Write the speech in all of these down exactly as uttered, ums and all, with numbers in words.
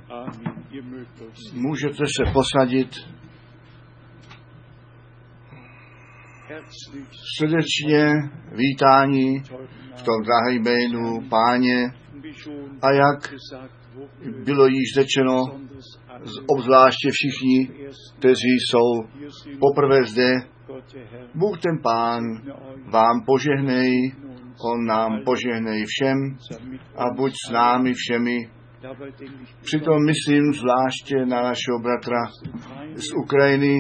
Můžete se posadit. Srdečně vítání v tom drahém jménu Páně, a jak bylo již řečeno, obzvláště všichni, kteří jsou poprvé zde, Bůh ten Pán vám požehnej, On nám požehnej všem a buď s námi všemi. Přitom myslím zvláště na našeho bratra z Ukrajiny,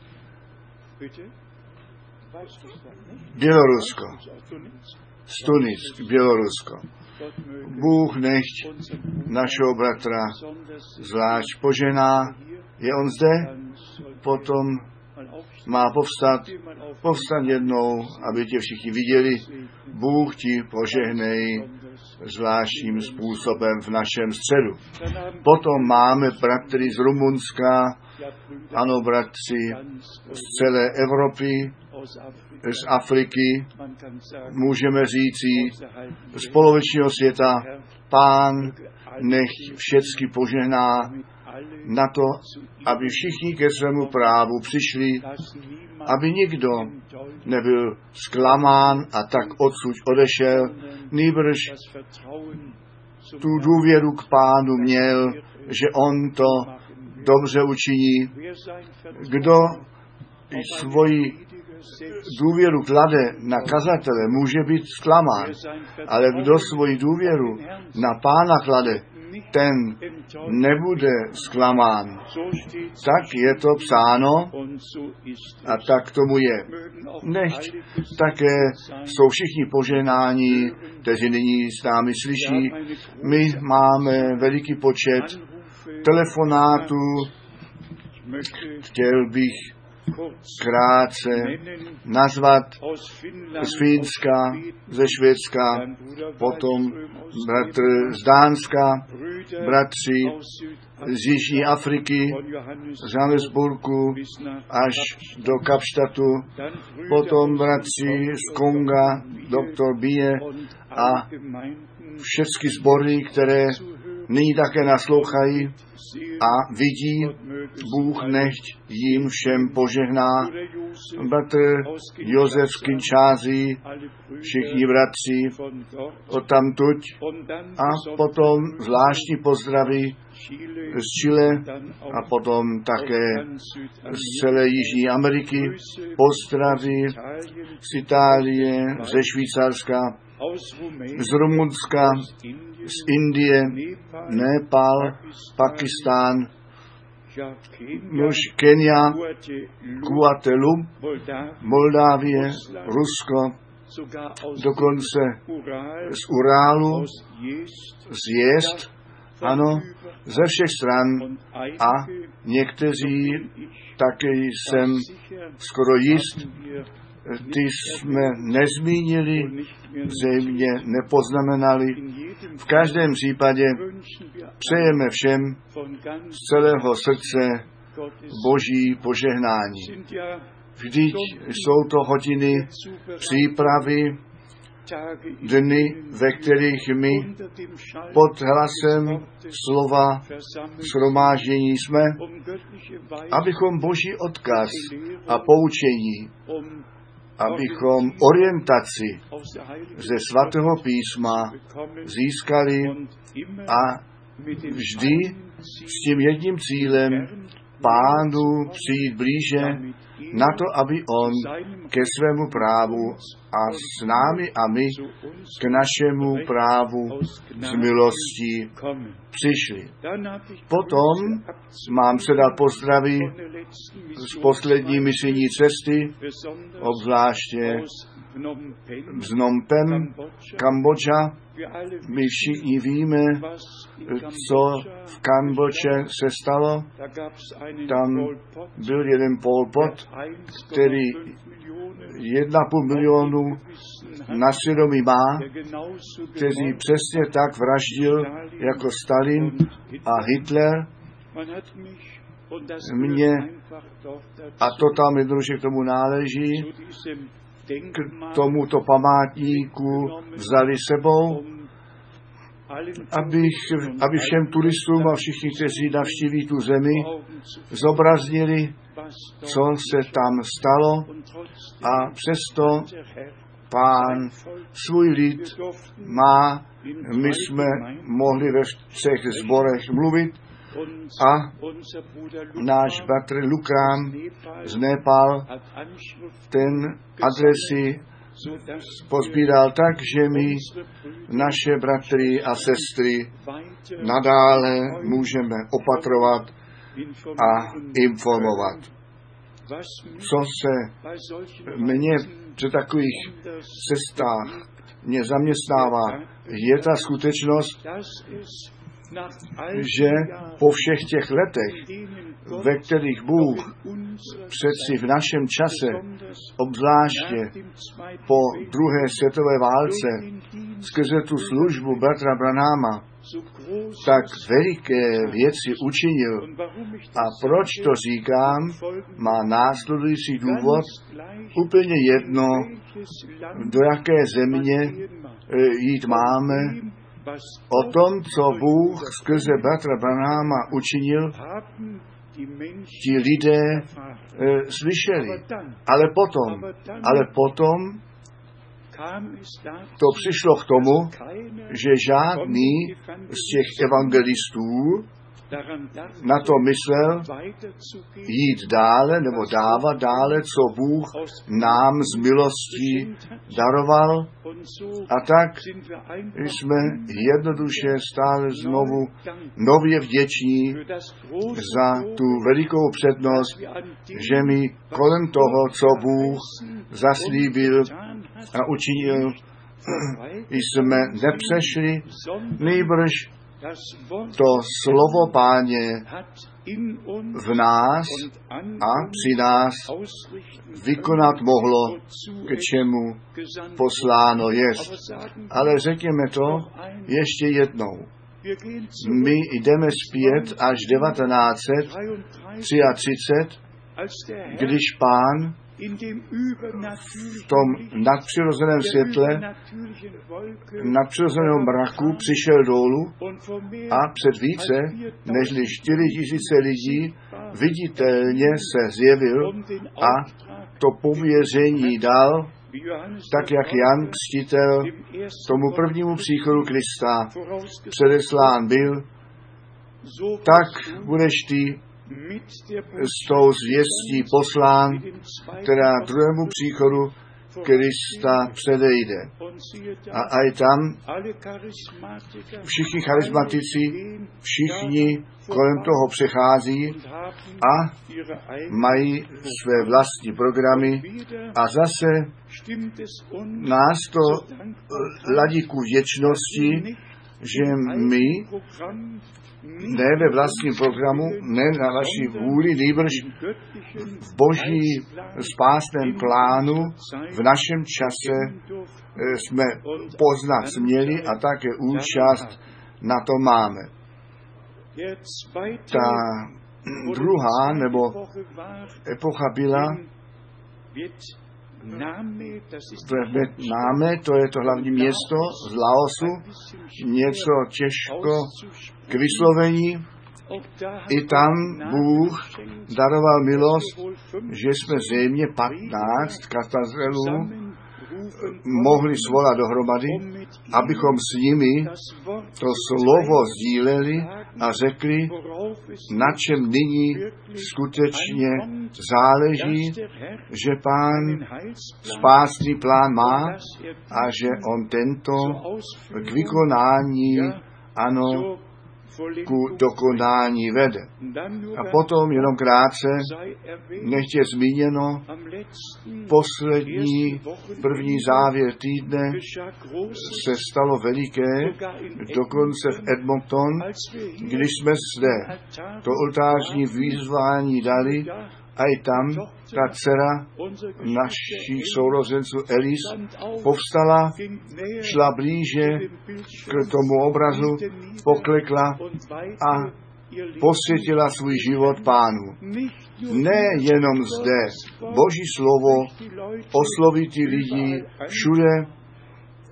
Bělorusko, z Tunic, Bělorusko. Bůh nechť našeho bratra zvlášť požená. Je on zde? Potom má povstat, povstat jednou, aby tě všichni viděli. Bůh ti požehnej zvláštním způsobem v našem středu. Potom máme bratry z Rumunska, ano, bratři z celé Evropy, z Afriky, můžeme říci, z polovičního světa. Pán nechť všecky požehná na to, aby všichni ke svému právu přišli, aby nikdo nebyl zklamán a tak odsud odešel, nýbrž tu důvěru k Pánu měl, že on to dobře učiní. Kdo svoji důvěru klade na kazatele, může být zklamán, ale kdo svoji důvěru na Pána klade, ten nebude zklamán. Tak je to psáno a tak tomu je. Nechť také jsou všichni požehnáni, kteří nyní s námi slyší. My máme veliký počet telefonátů. Chtěl bych krátce nazvat z Fínska, ze Švédska, potom bratr z Dánska, bratři z Jižní Afriky, z Johannesburgu až do Kapštatu, potom bratři z Konga, doktor Bie a všechny sbory, které nyní také naslouchají a vidí. Bůh nechť jim všem požehná. Bratr Josef z Kinshásy, všichni bratři odtamtuť a potom zvláštní pozdravy z Chile a potom také z celé Jižní Ameriky, pozdravy z Itálie, ze Švýcarska, z Rumunska, z Indie, Nepal, Pakistán, nož Kenia, Guatemala, Moldávie, Rusko, dokonce z Urálu, z Jest, ano, ze všech stran a někteří také jsem skoro jist, ty jsme nezmínili, zřejmě nepoznamenali. V každém případě přejeme všem z celého srdce Boží požehnání. Vždyť jsou to hodiny přípravy, dny, ve kterých my pod hlasem slova shromáždění jsme, abychom Boží odkaz a poučení, abychom orientaci ze svatého písma získali a vždy s tím jedním cílem Pánu přijít blíže na to, aby on ke svému právu a s námi a my k našemu právu z milostí přišli. Potom mám se dát pozdravy z poslední misijní cesty, obzvláště z Phnom Penh, Kambodža. My všichni víme, co v Kambodži se stalo. Tam byl jeden Pol Pot, který jedna půl milionu na svědomí má, kteří přesně tak vraždil jako Stalin a Hitler. Mě, a to tam jednoduše k tomu náleží, k tomuto památníku vzali sebou, abych, aby všem turistům a všichni, kteří navštíví tu zemi, zobraznili, co se tam stalo, a přesto Pán svůj lid má. My jsme mohli ve třech zborech mluvit a náš bratr Lukán z Népal ten adresy pozbíral tak, že my naše bratry a sestry nadále můžeme opatrovat a informovat. Co se mně při takových cestách mě zaměstnává, je ta skutečnost, že po všech těch letech, ve kterých Bůh přeci v našem čase, obzvláště po druhé světové válce, skrze tu službu bratra Branhama, tak veliké věci učinil. A proč to říkám, má následující důvod, úplně jedno, do jaké země jít máme. O tom, co Bůh skrze bratra Branhama učinil, ti lidé e, slyšeli. Ale potom, ale potom to přišlo k tomu, že žádný z těch evangelistů na to myslel jít dále nebo dávat dále, co Bůh nám z milostí daroval. A tak jsme jednoduše stále znovu nově vděční za tu velikou přednost, že mi kolem toho, co Bůh zaslíbil a učinil, jsme nepřešli, nýbrž to slovo Páně v nás a při nás vykonat mohlo, k čemu posláno jest. Ale řekněme to ještě jednou. My jdeme zpět až devatenáct třicet tři, když Pán v tom nadpřirozeném světle, nadpřirozeném mraku přišel dolů a před více nežli čtyři tisíce lidí viditelně se zjevil a to pověření dal, tak jak Jan Křtitel tomu prvnímu příchodu Krista předeslán byl, tak budeš ty s tou zvěstí poslán, která druhému příchodu Krista předejde. A aj tam všichni charismatici, všichni kolem toho přechází a mají své vlastní programy a zase nás to ladí ku věčnosti, že my ne ve vlastním programu, ne na naší vůli, nýbrž v boží spásném plánu v našem čase jsme poznat směli a také účast na to máme. Ta druhá nebo epocha byla v Vietnáme, to je to hlavní město z Laosu, něco těžko k vyslovení. I tam Bůh daroval milost, že jsme zřejmě patnáct katastrelů mohli svolat dohromady, abychom s nimi to slovo sdíleli a řekli, na čem nyní skutečně záleží, že Pán spásný plán má a že on tento k vykonání, ano, ku dokonání vede. A potom jenom krátce, nechtě zmíněno, poslední, první závěr týdne se stalo veliké, dokonce v Edmonton, když jsme zde to oltářní vyzvání dali, a i tam ta dcera našich sourozenců Elis povstala, šla blíže k tomu obrazu, poklekla a posvětila svůj život Pánu. Ne jenom zde, Boží slovo osloví ty lidi všude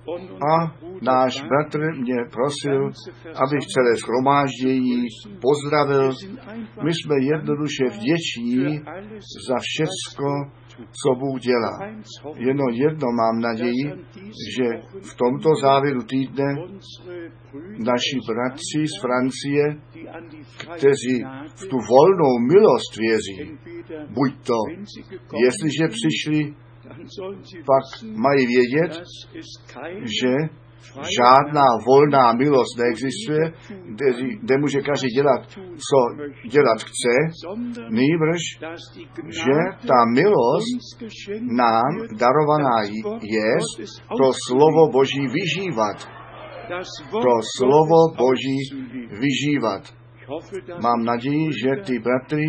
A náš bratr mě prosil, abych celé shromáždění pozdravil. My jsme jednoduše vděční za všecko, co Bůh dělá. Jenom jedno mám naději, že v tomto závěru týdne naši bratři z Francie, kteří v tu volnou milost věří, buď to, jestliže přišli, pak mají vědět, že žádná volná milost neexistuje, kde, kde může každý dělat, co dělat chce, nýbrž, že ta milost nám darovaná je to slovo Boží vyžívat. To slovo Boží vyžívat. Mám naději, že ty bratry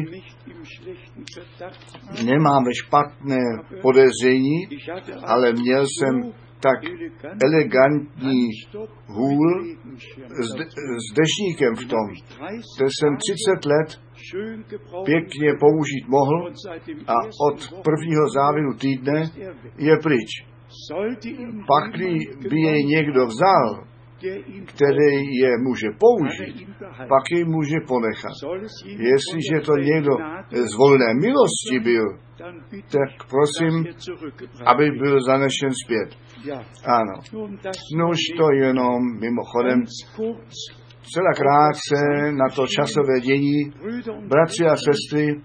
nemám špatné podezření, ale měl jsem tak elegantní hůl s, de, s deštníkem v tom, že jsem třicet let pěkně použít mohl a od prvního závěru týdne je pryč. Pakli by jej někdo vzal, který je může použít, pak jej může ponechat. Jestliže to někdo z volné milosti byl, tak prosím, aby byl zanešen zpět. Ano. Nož to jenom mimochodem celá krátce na to časové dění. Bratři a sestry,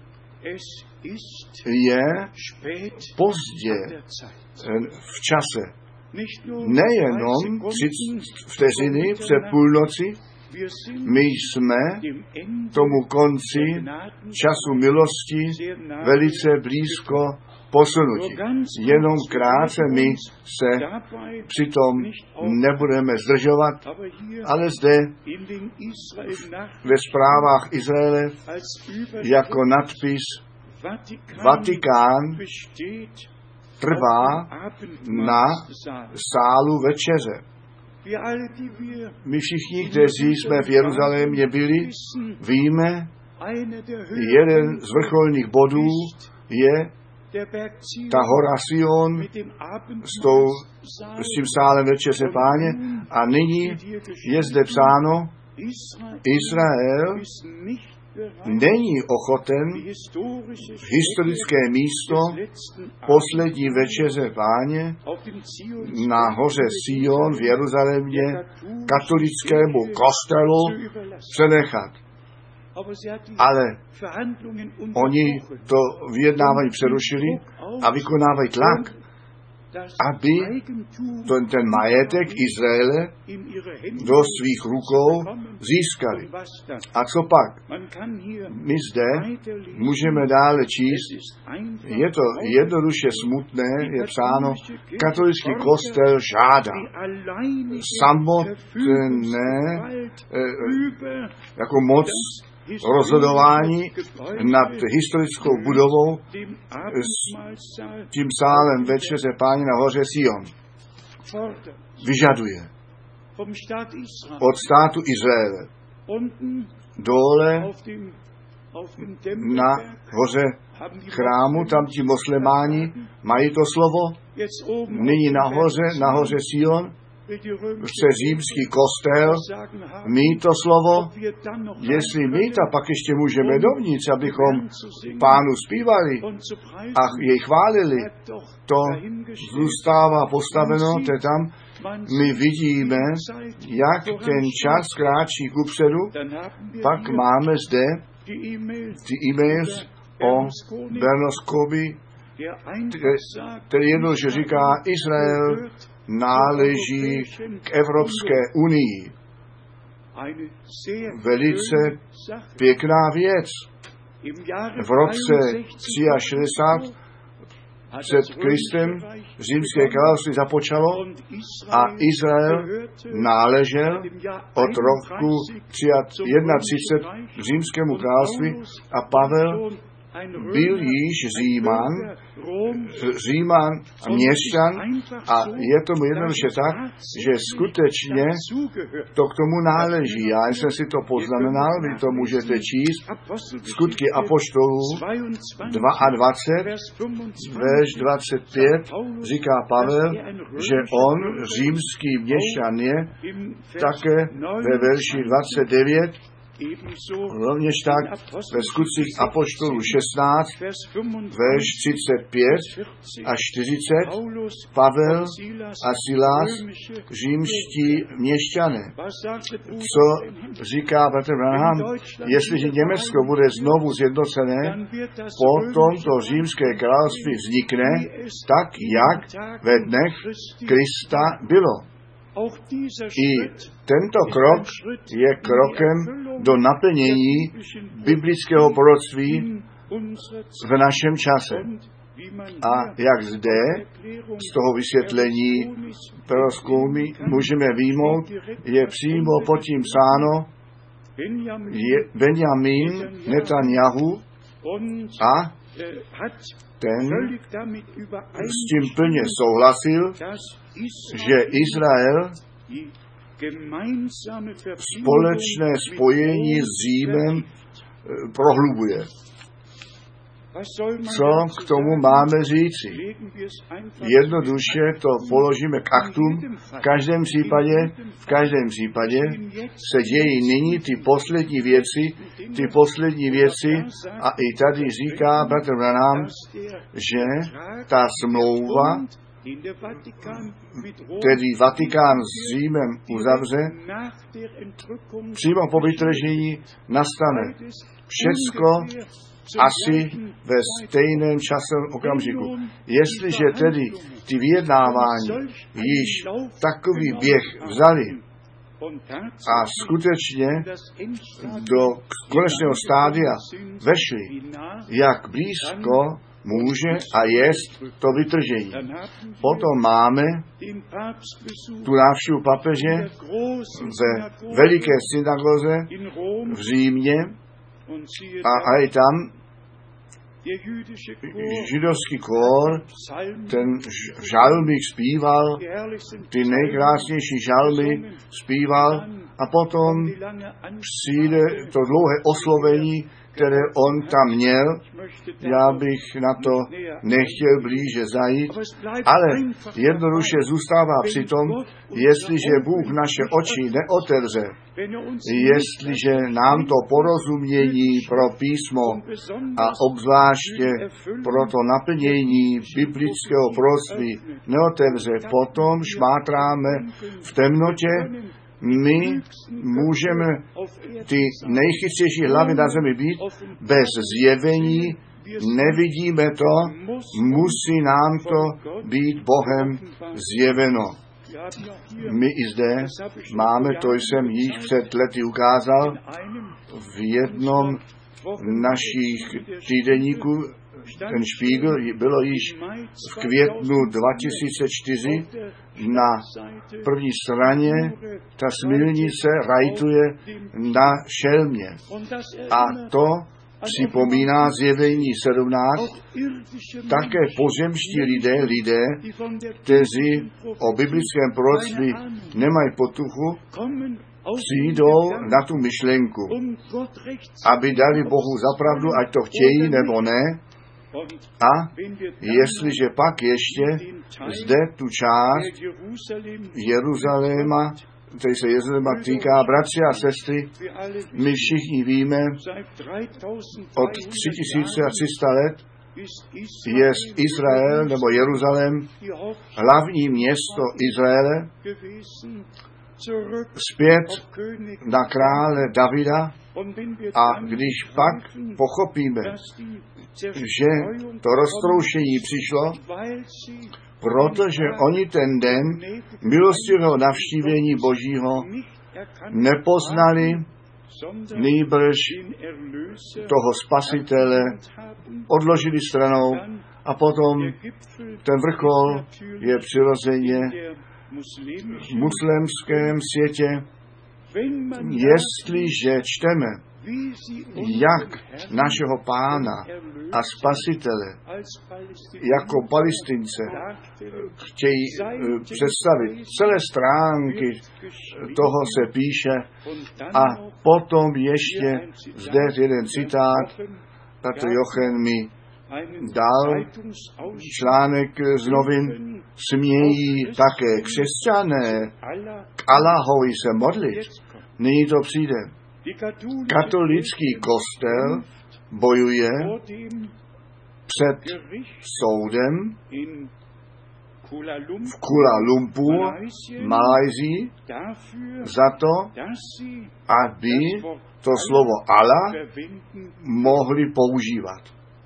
je pozdě v čase. Nejenom třicet vteřiny před půlnoci, my jsme tomu konci času milosti velice blízko posunutí. Jenom krátce my se přitom nebudeme zdržovat, ale zde ve zprávách Izraele jako nadpis Vatikán trvá na sálu večeře. My všichni, kteří jsme v Jeruzalémě byli, víme, jeden z vrcholných bodů je ta hora Sion s, tou, s tím sálem večeře Páně a nyní je zde psáno, Izrael není ochoten historické místo poslední večeře Páně na hoře Sion v Jeruzalémě katolickému kostelu přenechat. Ale oni to vyjednávání přerušili a vykonávají tlak, aby ten, ten majetek Izraele do svých rukou získali. A co pak? My zde můžeme dále číst, je to jednoduše smutné, je psáno, katolický kostel žádá samotné eh, jako moc rozhodování nad historickou budovou s tím sálem večeře Páně na hoře Sion. Vyžaduje od státu Izraele dole na hoře chrámu, tam ti muslimáni mají to slovo, nyní nahoře, na hoře Sion, chce římský kostel mít to slovo, jestli my to pak ještě můžeme dovnitř, abychom Pánu zpívali a jej chválili, to zůstává postaveno, to tam my vidíme, jak ten čas kráčí kupředu, pak máme zde ty e-mails o Berlusconi, který jednoduše říká, Izrael náleží k Evropské unii. Velice pěkná věc. V roce šedesát tři před Kristem římské království započalo a Izrael náležel od roku třicet jedna římskému království a Pavel byl již Říman, Říman a měšťan a je tomu jednoduše tak, že skutečně to k tomu náleží. Já jsem si to poznamenal, vy to můžete číst. Skutky apoštolů dvacet dva, verš dvacet pět, říká Pavel, že on, římský měšťan je, také ve verši dvacet devět, rovněž tak ve skutcích apoštolů šestnáct, verš třicet pět a čtyřicet, Pavel a Silas, římští měšťané. Co říká bratr Branham? Jestliže Německo bude znovu zjednocené, potom to římské království vznikne tak, jak ve dnech Krista bylo. I tento krok je krokem do naplnění biblického proroctví v našem čase. A jak zde z toho vysvětlení proroctví můžeme výjmout, je přímo pod tím psáno je Benjamin Netanjahu a ten s tím plně souhlasil, že Izrael společné spojení s Římem prohlubuje. Co k tomu máme říci? Jednoduše to položíme k aktům. V každém případě, v každém případě se dějí nyní ty poslední věci, ty poslední věci a i tady říká bratr Branham, že ta smlouva, tedy Vatikán s Římem uzavře, přímo po vytržení nastane všecko asi ve stejném časovém okamžiku. Jestliže tedy ty vyjednávání již takový běh vzali a skutečně do konečného stádia vešli, jak blízko může a jest to vytržení. Potom máme tu návštěvu papeže ve veliké synagoze v Římě a aj tam židovský kór, ten žalmík zpíval, ty nejkrásnější žalmy zpíval a potom přijde to dlouhé oslovení, které on tam měl. Já bych na to nechtěl blíže zajít, ale jednoduše zůstává při tom, jestliže Bůh naše oči neotevře, jestliže nám to porozumění pro písmo a obzvláště pro to naplnění biblického proroctví neotevře, potom šmátráme v temnotě. My můžeme ty nejchytřejší hlavy na zemi být, bez zjevení nevidíme to, musí nám to být Bohem zjeveno. My i zde máme, to jsem již před lety ukázal, v jednom našich týdeníků, ten Špígl, bylo již v květnu dva tisíce čtyři na první straně ta smilnice rajtuje na šelmě. A to připomíná zjevení sedmnáct, také pozemští lidé, lidé, kteří o biblickém proroctví nemají potuchu, přijdou na tu myšlenku, aby dali Bohu zapravdu, ať to chtějí nebo ne. A jestliže pak ještě zde tu část Jeruzaléma, který se Jeruzaléma týká, bratři a sestry, my všichni víme, od tři tisíce tři sta let je Izrael nebo Jeruzalém hlavní město Izraele, zpět na krále Davida. A když pak pochopíme, že to roztroušení přišlo, protože oni ten den milostivého navštívení Božího nepoznali, nýbrž toho spasitele odložili stranou a potom ten vrchol je přirozeně v muslimském světě. Jestliže čteme jak našeho Pána a Spasitele jako Palestince chtějí představit. Celé stránky toho se píše a potom ještě zde jeden citát, Petr Jochen mi dal článek z novin, smějí také křesťané k Allahovi se modlit. Nyní to přijde. Katolický kostel bojuje před soudem v Kuala Lumpur, Malajsii, za to, aby to slovo Allah mohli používat.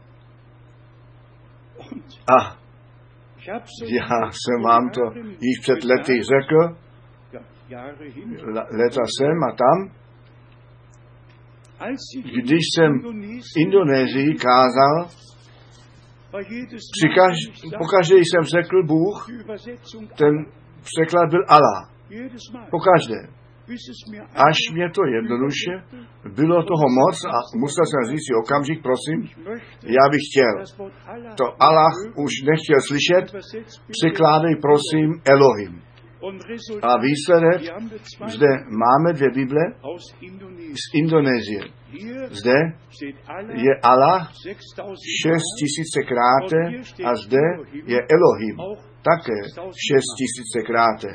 A já jsem vám to již před lety řekl, leta jsem a tam, když jsem v Indonésii kázal, pokaždé jsem řekl Bůh, ten překlad byl Allah. Pokaždé. Až mě to jednoduše, bylo toho moc a musel jsem říct si okamžik, prosím, já bych chtěl. To Allah už nechtěl slyšet, překládej prosím Elohim. A výsledek, zde máme dvě Bible z Indonésie. Zde je Allah šest tisícekráte a zde je Elohim také šest tisícekráte.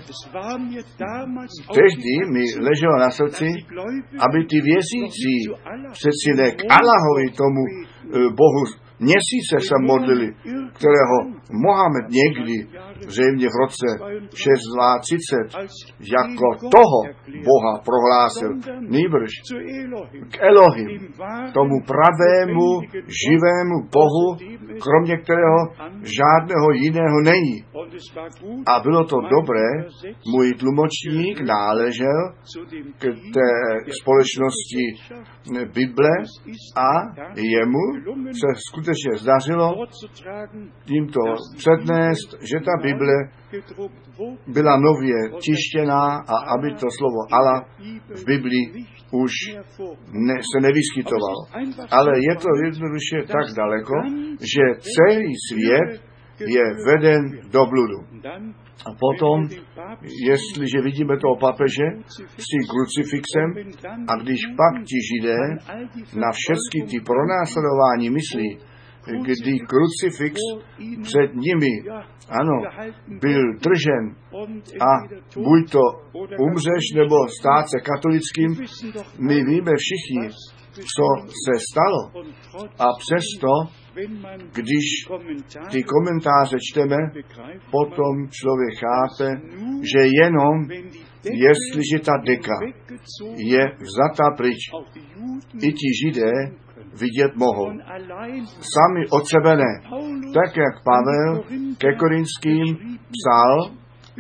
Tehdy mi leželo na srdci, aby ty věřící přeci ne k Allahovi tomu Bohu měsíce se modlili, kterého Mohamed někdy, zřejmě v roce šest třicet, jako toho Boha prohlásil, nýbrž k Elohim, tomu pravému, živému Bohu, kromě kterého žádného jiného není. A bylo to dobré, můj tlumočník náležel k té společnosti Bible a jemu se skutečně zdařilo tímto přednést, že ta Bible byla nově tištěná a aby to slovo Allah v Biblii už ne, se nevyskytovalo. Ale je to jednoduše tak daleko, že celý svět je veden do bludu. A potom, jestliže vidíme toho papeže s tím krucifixem, a když pak ti Židé na všechny ty pronásledování myslí, kdy krucifix před nimi, ano, byl držen a buď to umřeš, nebo stát se katolickým, my víme všichni, co se stalo. A přesto, když ty komentáře čteme, potom člověk chápe, že jenom jestliže ta deka je vzata pryč, i ti Židé vidět mohou. Sami od sebe ne. Tak jak Pavel ke Korinským psal,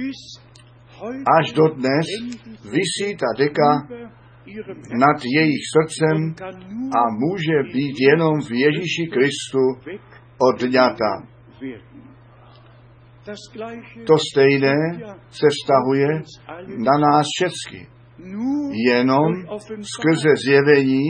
až do dnes visí ta deka nad jejich srdcem a může být jenom v Ježíši Kristu odňata. To stejné se vztahuje na nás všechny. Jenom skrze zjevení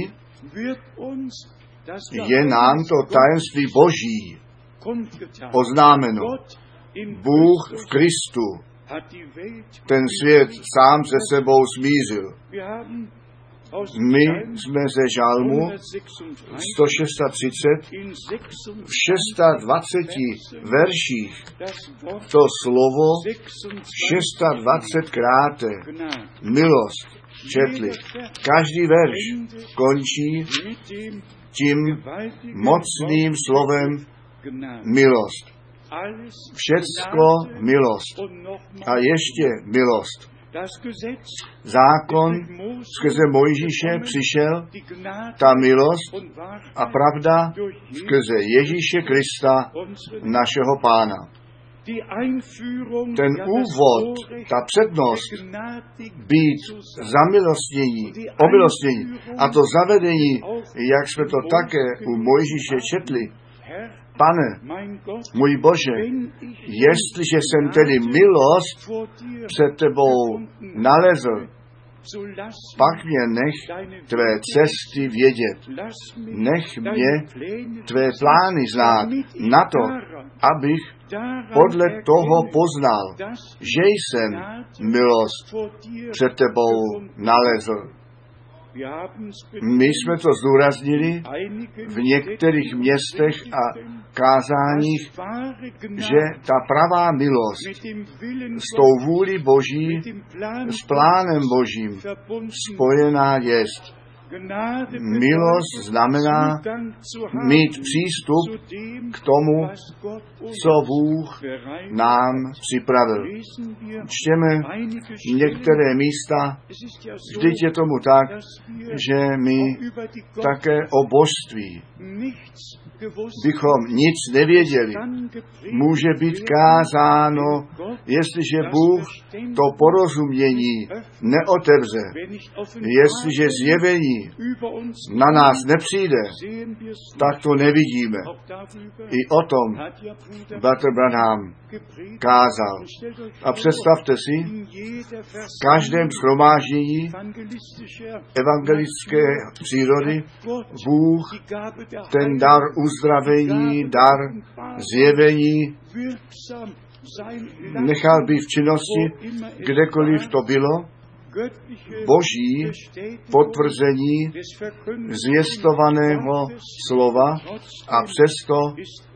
je nám to tajemství Boží oznámeno. Bůh v Kristu ten svět sám se sebou smířil. My jsme ze Žalmu sto třicet šest v dvaceti šesti verších to slovo dvacet šest krát milost četli. Každý verš končí tím mocným slovem milost. Všecko milost. A ještě milost. Zákon skrze Mojžíše přišel, ta milost a pravda skrze Ježíše Krista, našeho Pána. Ten úvod, ta přednost, být zamilostnění, omilostnění a to zavedení, jak jsme to také u Mojžíše četli, Pane, můj Bože, jestliže jsem tedy milost před tebou nalezl, pak mě nech tvé cesty vědět. Nech mě tvé plány znát na to, abych podle toho poznal, že jsem milost před tebou nalezl. My jsme to zdůraznili v některých městech a kázáních, že ta pravá milost s tou vůlí Boží, s plánem Božím spojená jest. Milost znamená mít přístup k tomu, co Bůh nám připravil. Čteme některé místa, vždyť je tomu tak, že my také o božství bychom nic nevěděli. Může být kázáno, jestliže Bůh to porozumění neotevře, jestliže zjevení na nás nepřijde, tak to nevidíme. I o tom bratr Branham kázal. A představte si, v každém shromáždění evangelické přírody Bůh ten dar uzdravení, dar zjevení nechal být v činnosti, kdekoliv to bylo, Boží potvrzení zvěstovaného slova a přesto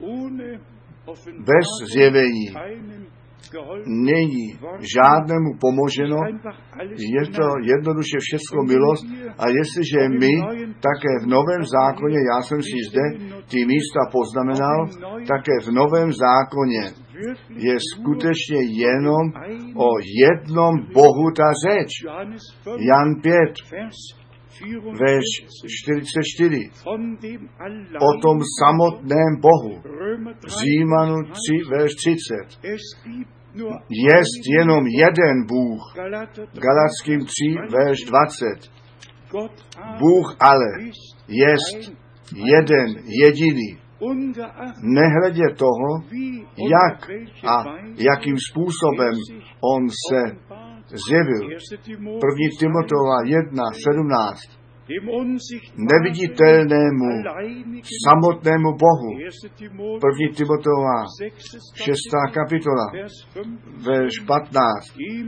bez zjevení není žádnému pomoženo, je to jednoduše všecko milost a jestliže my také v Novém zákoně, já jsem si zde ty místa poznamenal, také v Novém zákoně je skutečně jenom o jednom Bohu ta řeč. Jan pět, verš čtyřicet čtyři. O tom samotném Bohu. Římanu tři, verš třicet. Jest jenom jeden Bůh. Galatským tři, verš dvacet. Bůh ale jest jeden jediný. Nehledě toho, jak a jakým způsobem on se zjevil. První Timoteova jedna sedmnáct. Neviditelnému samotnému Bohu. První Timoteova šestá kapitola, verš patnáct.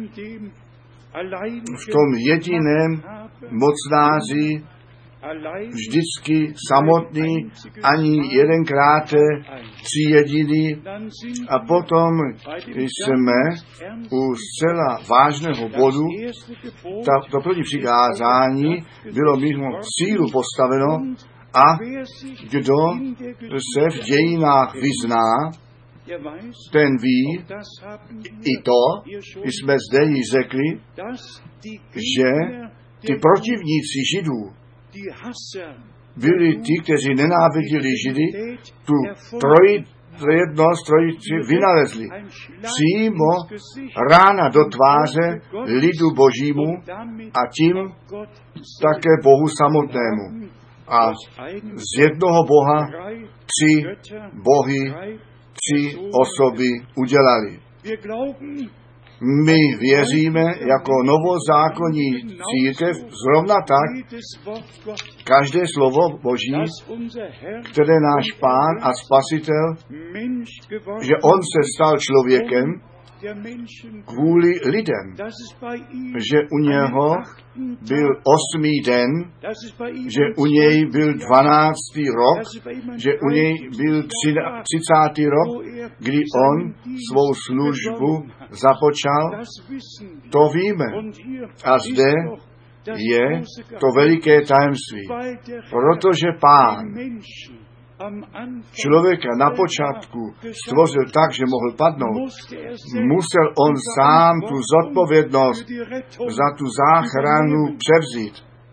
V tom jediném mocnáři vždycky samotný, ani jedenkrát tři jediný. A potom jsme u zcela vážného bodu, ta, to první přikázání bylo mimo sílu postaveno a kdo se v dějinách vyzná, ten ví, i to jsme zde již řekli, že ty protivníci Židů byli ti, kteří nenáviděli Židy, tu troji, trojednost, trojici vynalezli. Přímo rána do tváře lidu Božímu a tím také Bohu samotnému. A z jednoho Boha tři bohy, tři osoby udělali. My věříme jako novozákonní církev zrovna tak, každé slovo Boží, které náš Pán a Spasitel, že on se stal člověkem kvůli lidem, že u něho byl osmý den, že u něj byl dvanáctý rok, že u něj byl třicátý rok, kdy on svou službu započal, to víme. A zde je to veliké tajemství, protože Pán člověka na počátku stvořil tak, že mohl padnout. Musel on sám tu zodpovědnost za tu záchranu převzít.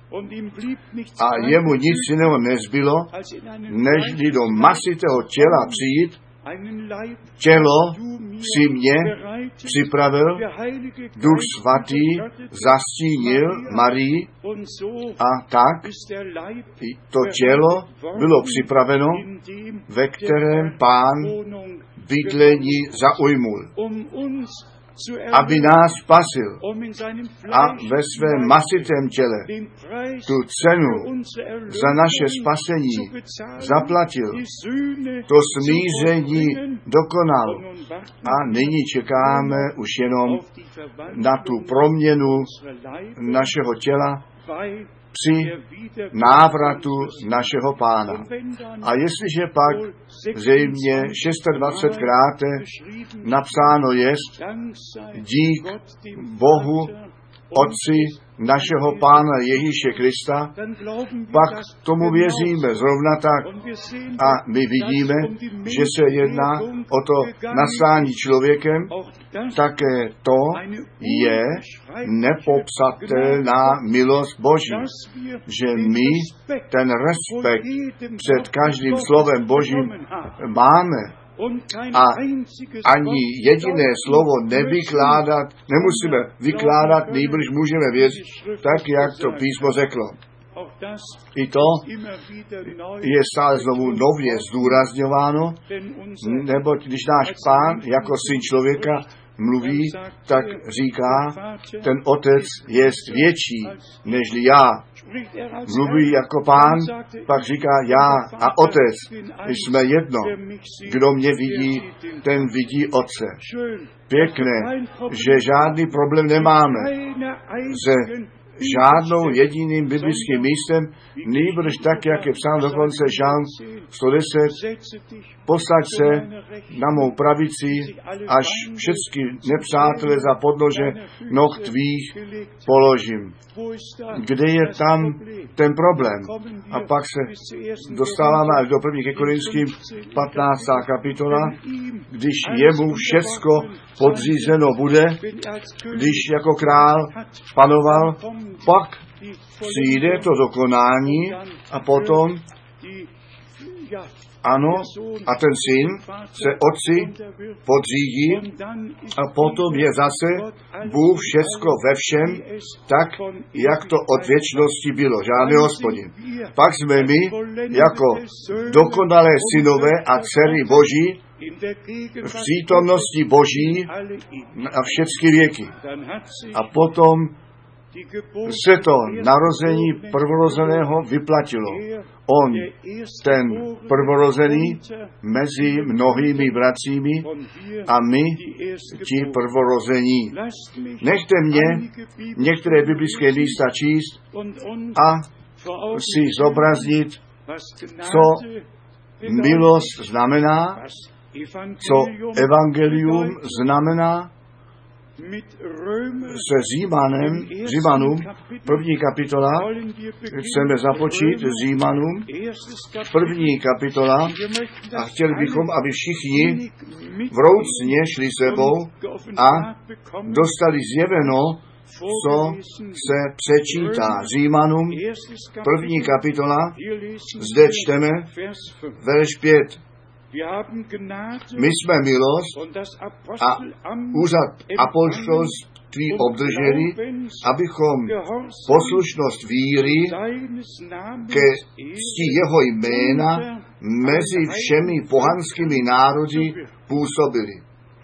A jemu nic jiného nezbylo, než do masitého těla přijít. Tělo si mě připravil, Duch Svatý zastínil Marii a tak to tělo bylo připraveno, ve kterém Pán bydlení zaujmul, aby nás spasil a ve svém masitém těle tu cenu za naše spasení zaplatil. To smíření dokonal a nyní čekáme už jenom na tu proměnu našeho těla při návratu našeho Pána. A jestliže pak zřejmě dvacet šest krát napsáno jest, dík Bohu, Otci našeho Pána Ježíše Krista, pak tomu věříme zrovna tak a my vidíme, že se jedná o to nasání člověkem, také to je nepopsatelná milost Boží, že my ten respekt před každým slovem Božím máme. A ani jediné slovo nevykládat, nemusíme vykládat, nýbrž můžeme věřit, tak jak to písmo řeklo. I to je stále znovu nově zdůrazňováno, neboť když náš Pán jako syn člověka mluví, tak říká, ten Otec je větší nežli já. Mluví jako Pán, pak říká já a Otec jsme jedno. Kdo mě vidí, ten vidí Otce. Pěkné, že žádný problém nemáme se žádnou jediným biblickým místem, nýbrž tak, jak je psán dokonce Žalm sto deset, posaď se na mou pravici, až všechny nepřátelé za podnože noh tvých položím. Kde je tam ten problém? A pak se dostáváme až do první ke Korinským patnáctá kapitola, když jemu všecko podřízeno bude, když jako král panoval, pak přijde to dokonání a potom ano, a ten syn se otci podřídí a potom je zase Bůh všecko ve všem, tak, jak to od věčnosti bylo. Žádný Hospodin. Pak jsme my jako dokonalé synové a dcery Boží v přítomnosti Boží na všechny věky. A potom se to narození prvorozeného vyplatilo. On, ten prvorozený, mezi mnohými bratřími a my, ti prvorození. Nechte mě některé biblické místa číst a si zobraznit, co milost znamená, co evangelium znamená, se Římanem, Římanům, první kapitola, chceme započít Římanům, první kapitola a chtěli bychom, aby všichni vroucně šli sebou a dostali zjeveno, co se přečítá. Římanům, první kapitola, zde čteme, verš pět. My jsme milost a úřad apoštolství obdrželi, abychom poslušnost víry ke cti jeho jména mezi všemi pohanskými národy působili.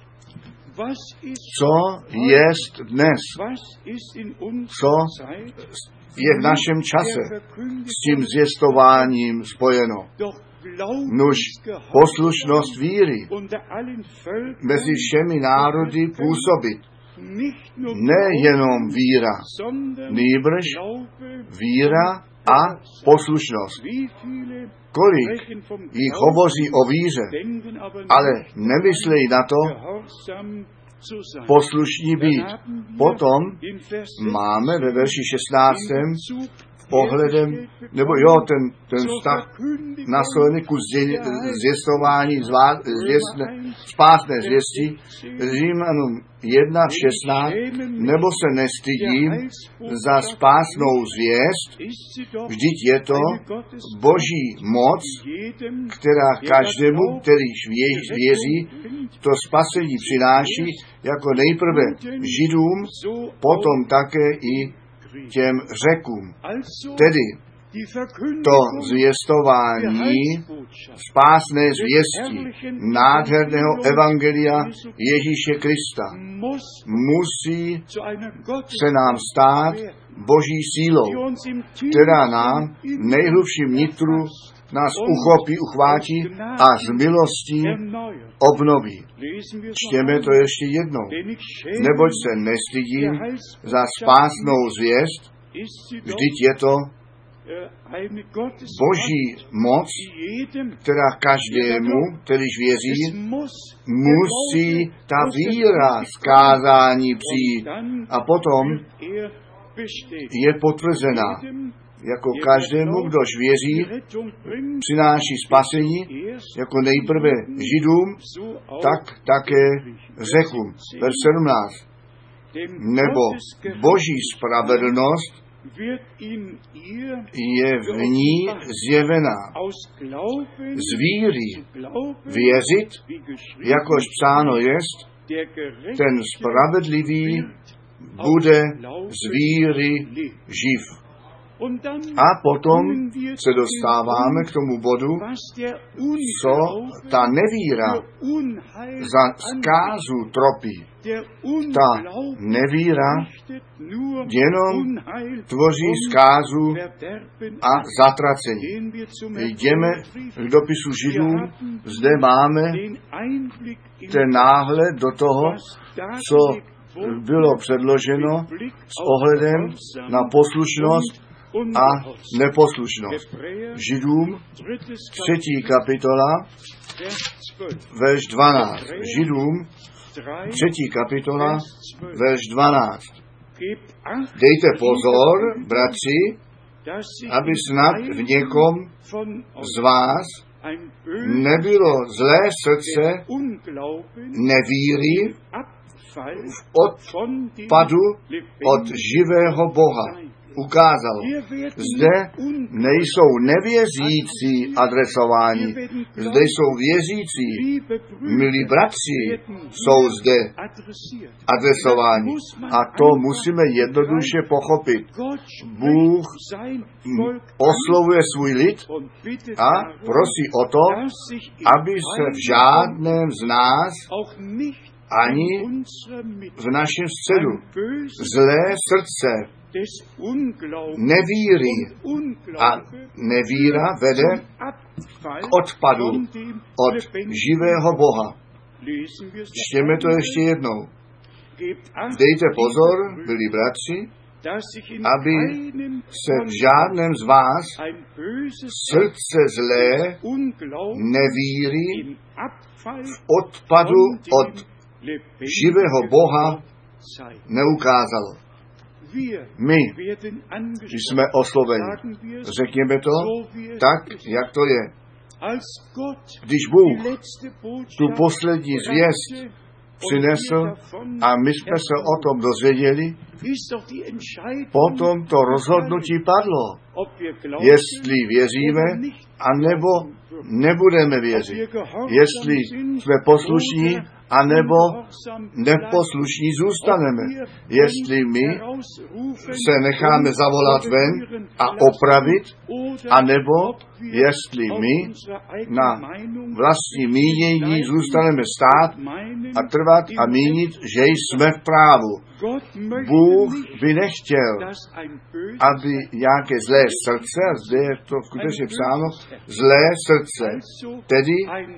Co jest dnes? Co je v našem čase s tím zvěstováním spojeno? Nuž poslušnost víry mezi všemi národy působit. Nejenom víra, nýbrž víra a poslušnost. Kolik jich hovoří o víře, ale nemyslejí na to, poslušní být. Potom máme ve verši šestnáctém ohledem, nebo jo, ten, ten vztah naslený ku zvěstování spásné zvěsti, Římanům jedna šestnáct, nebo se nestydím za spásnou zvěst, vždyť je to Boží moc, která každému, který věří, to spasení přináší jako nejprve Židům, potom také i těm Řekům. Tedy to zvěstování spásné zvěsti nádherného evangelia Ježíše Krista musí se nám stát Boží sílou, která nám v nejhlubším nitru nás uchopí, uchvátí a z milostí obnoví. Čtěme to ještě jednou. Neboť se nestydím za spásnou zvěst, vždyť je to Boží moc, která každému, kterýž věří, musí ta víra zkázání přijít a potom je potvrzená. Jako každému, kdož věří, přináší spasení, jako nejprve Židům, tak také Řekům. Verš sedmnáct. Nebo Boží spravedlnost je v ní zjevená. Z víry věřit, jakož psáno jest, ten spravedlivý bude z víry živ. A potom se dostáváme k tomu bodu, co ta nevíra za zkázu tropí. Ta nevíra jenom tvoří zkázu a zatracení. Jdeme k dopisu Židům, zde máme ten náhled do toho, co bylo předloženo s ohledem na poslušnost a neposlušnost. Židům, třetí kapitola, verš dvanáct. Židům, třetí kapitola, verš dvanáct. Dejte pozor, bratři, aby snad v někom z vás nebylo zlé srdce nevíry v odpadu od živého Boha ukázal. Zde nejsou nevěřící adresováni, zde jsou věřící. Milí bratři jsou zde adresováni. A to musíme jednoduše pochopit. Bůh oslovuje svůj lid a prosí o to, aby se v žádném z nás ani v našem středu zlé srdce nevíry a nevíra vede k odpadu od živého Boha. Čtěme to ještě jednou. Dejte pozor, milí bratři, aby se v žádném z vás srdce zlé nevíry v odpadu od živého Boha neukázalo. My jsme osloveni. Řekněme to tak, jak to je. Když Bůh tu poslední zvěst přinesl a my jsme se o tom dozvěděli, potom to rozhodnutí padlo, jestli věříme, anebo nebudeme věřit. Jestli jsme poslušní, anebo neposlušní zůstaneme. Jestli my se necháme zavolat ven a opravit, anebo jestli my na vlastní mínění zůstaneme stát a trvat a mínit, že jsme v právu. Bůh by nechtěl, aby nějaké zlé srdce, a zde je to skutečně psáno, zlé srdce, tedy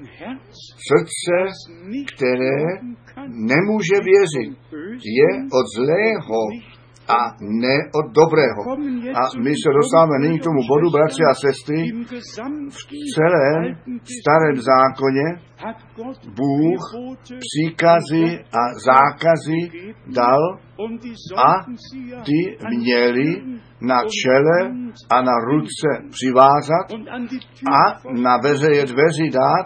srdce, které nemůže věřit, je od zlého a ne od dobrého. A my se dostáváme nyní k tomu bodu, bratři a sestry. V celém starém zákoně Bůh příkazy a zákazy dal a ty měli na čele a na ruce přivázat a na veřeje dveři dát.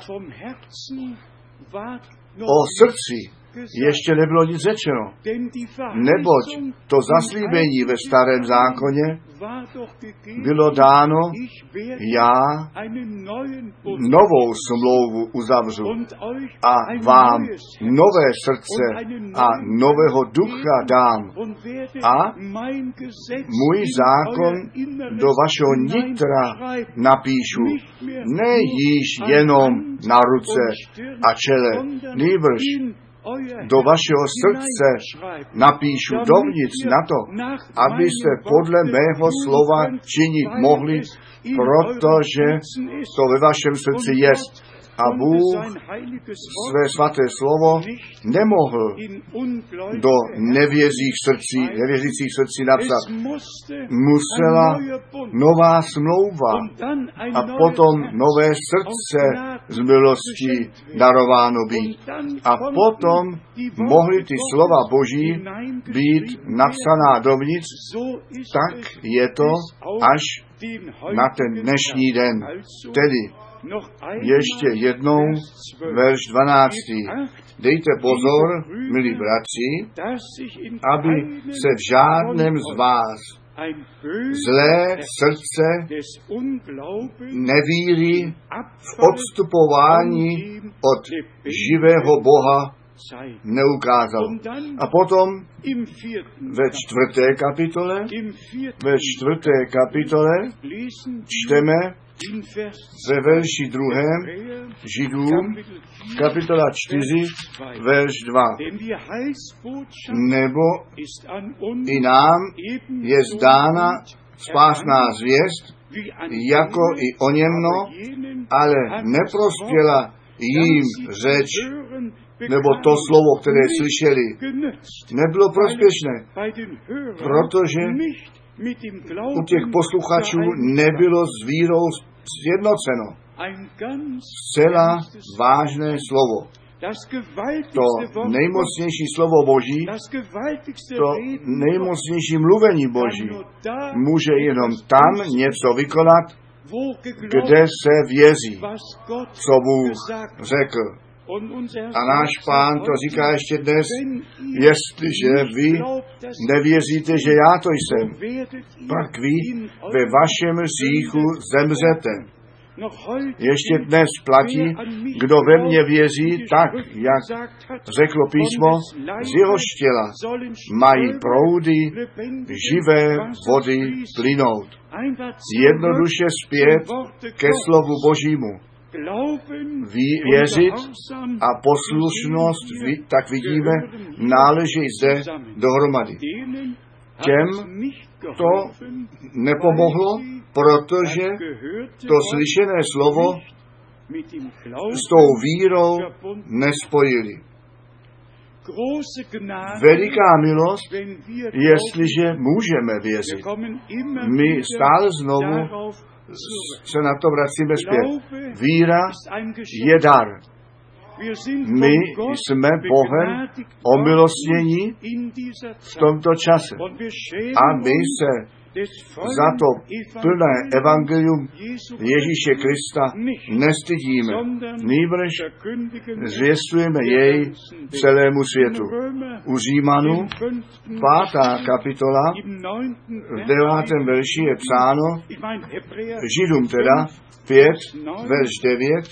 O srdci ještě nebylo nic řečeno, neboť to zaslíbení ve starém zákoně bylo dáno, já novou smlouvu uzavřu a vám nové srdce a nového ducha dám a můj zákon do vašeho nitra napíšu, ne již jenom na ruce a čele, nýbrž do vašeho srdce napíšu dovnitř na to, abyste podle mého slova činit mohli, protože to ve vašem srdci jest. A Bůh své svaté slovo nemohl do nevěřících srdcí, nevěřících srdcí napsat. Musela nová smlouva a potom nové srdce z milosti darováno být. A potom mohly ty slova Boží být napsaná dovnitř, tak je to až na ten dnešní den. Tedy ještě jednou verš dvanáctý. Dejte pozor, milí bratři, aby se v žádném z vás zlé srdce nevíry v odstupování od živého Boha neukázal. A potom ve čtvrté kapitole, ve čtvrté kapitole čteme ve verši druhém Židům, kapitola čtyři, verš dva. Nebo i nám je zdána spásná zvěst, jako i o němno, ale neprospěla jim řeč, nebo to slovo, které slyšeli, nebylo prospěšné, protože u těch posluchačů nebylo s vírou sjednoceno. Zcela vážné slovo. To nejmocnější slovo Boží, to nejmocnější mluvení Boží může jenom tam něco vykonat, kde se věří, co Bůh řekl. A náš Pán to říká ještě dnes, jestliže vy nevěříte, že já to jsem, pak vy ve vašem hříchu zemřete. Ještě dnes platí, kdo ve mně věří, tak, jak řeklo písmo, z jeho těla mají proudy živé vody plynout. Jednoduše zpět ke slovu Božímu. Věřit a poslušnost, tak vidíme, náleží zde dohromady. Těm to nepomohlo, protože to slyšené slovo s tou vírou nespojili. Veliká milost, jestliže můžeme věřit. My stále znovu se na to vracíme zpět. Víra je dar. My jsme Bohem omilostnění v tomto čase. A my se za to plné evangelium Ježíše Krista nestydíme, nýbrž zvěstujeme jej celému světu. U Římanů pátá kapitola v devátém verši je psáno, Židům teda, pět, verš devět,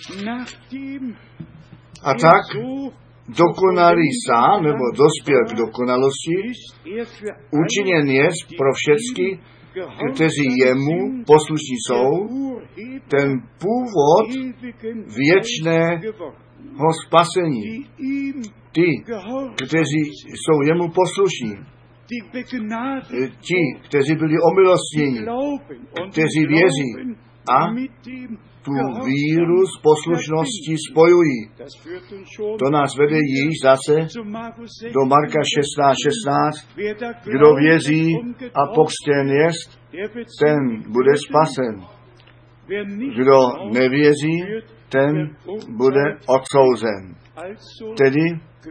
a tak dokonalý sám, nebo dospěl k dokonalosti, učiněn jest pro všechny, kteří jemu poslušní jsou, ten původ věčného spasení. Ty, kteří jsou jemu poslušní, ti, kteří byli omilostněni, kteří věří a tu víru s poslušností spojují. To nás vede již zase do Marka šestnáct šestnáct. Kdo věří a pokřtěn jest, ten bude spasen. Kdo nevěří, ten bude odsouzen. Tedy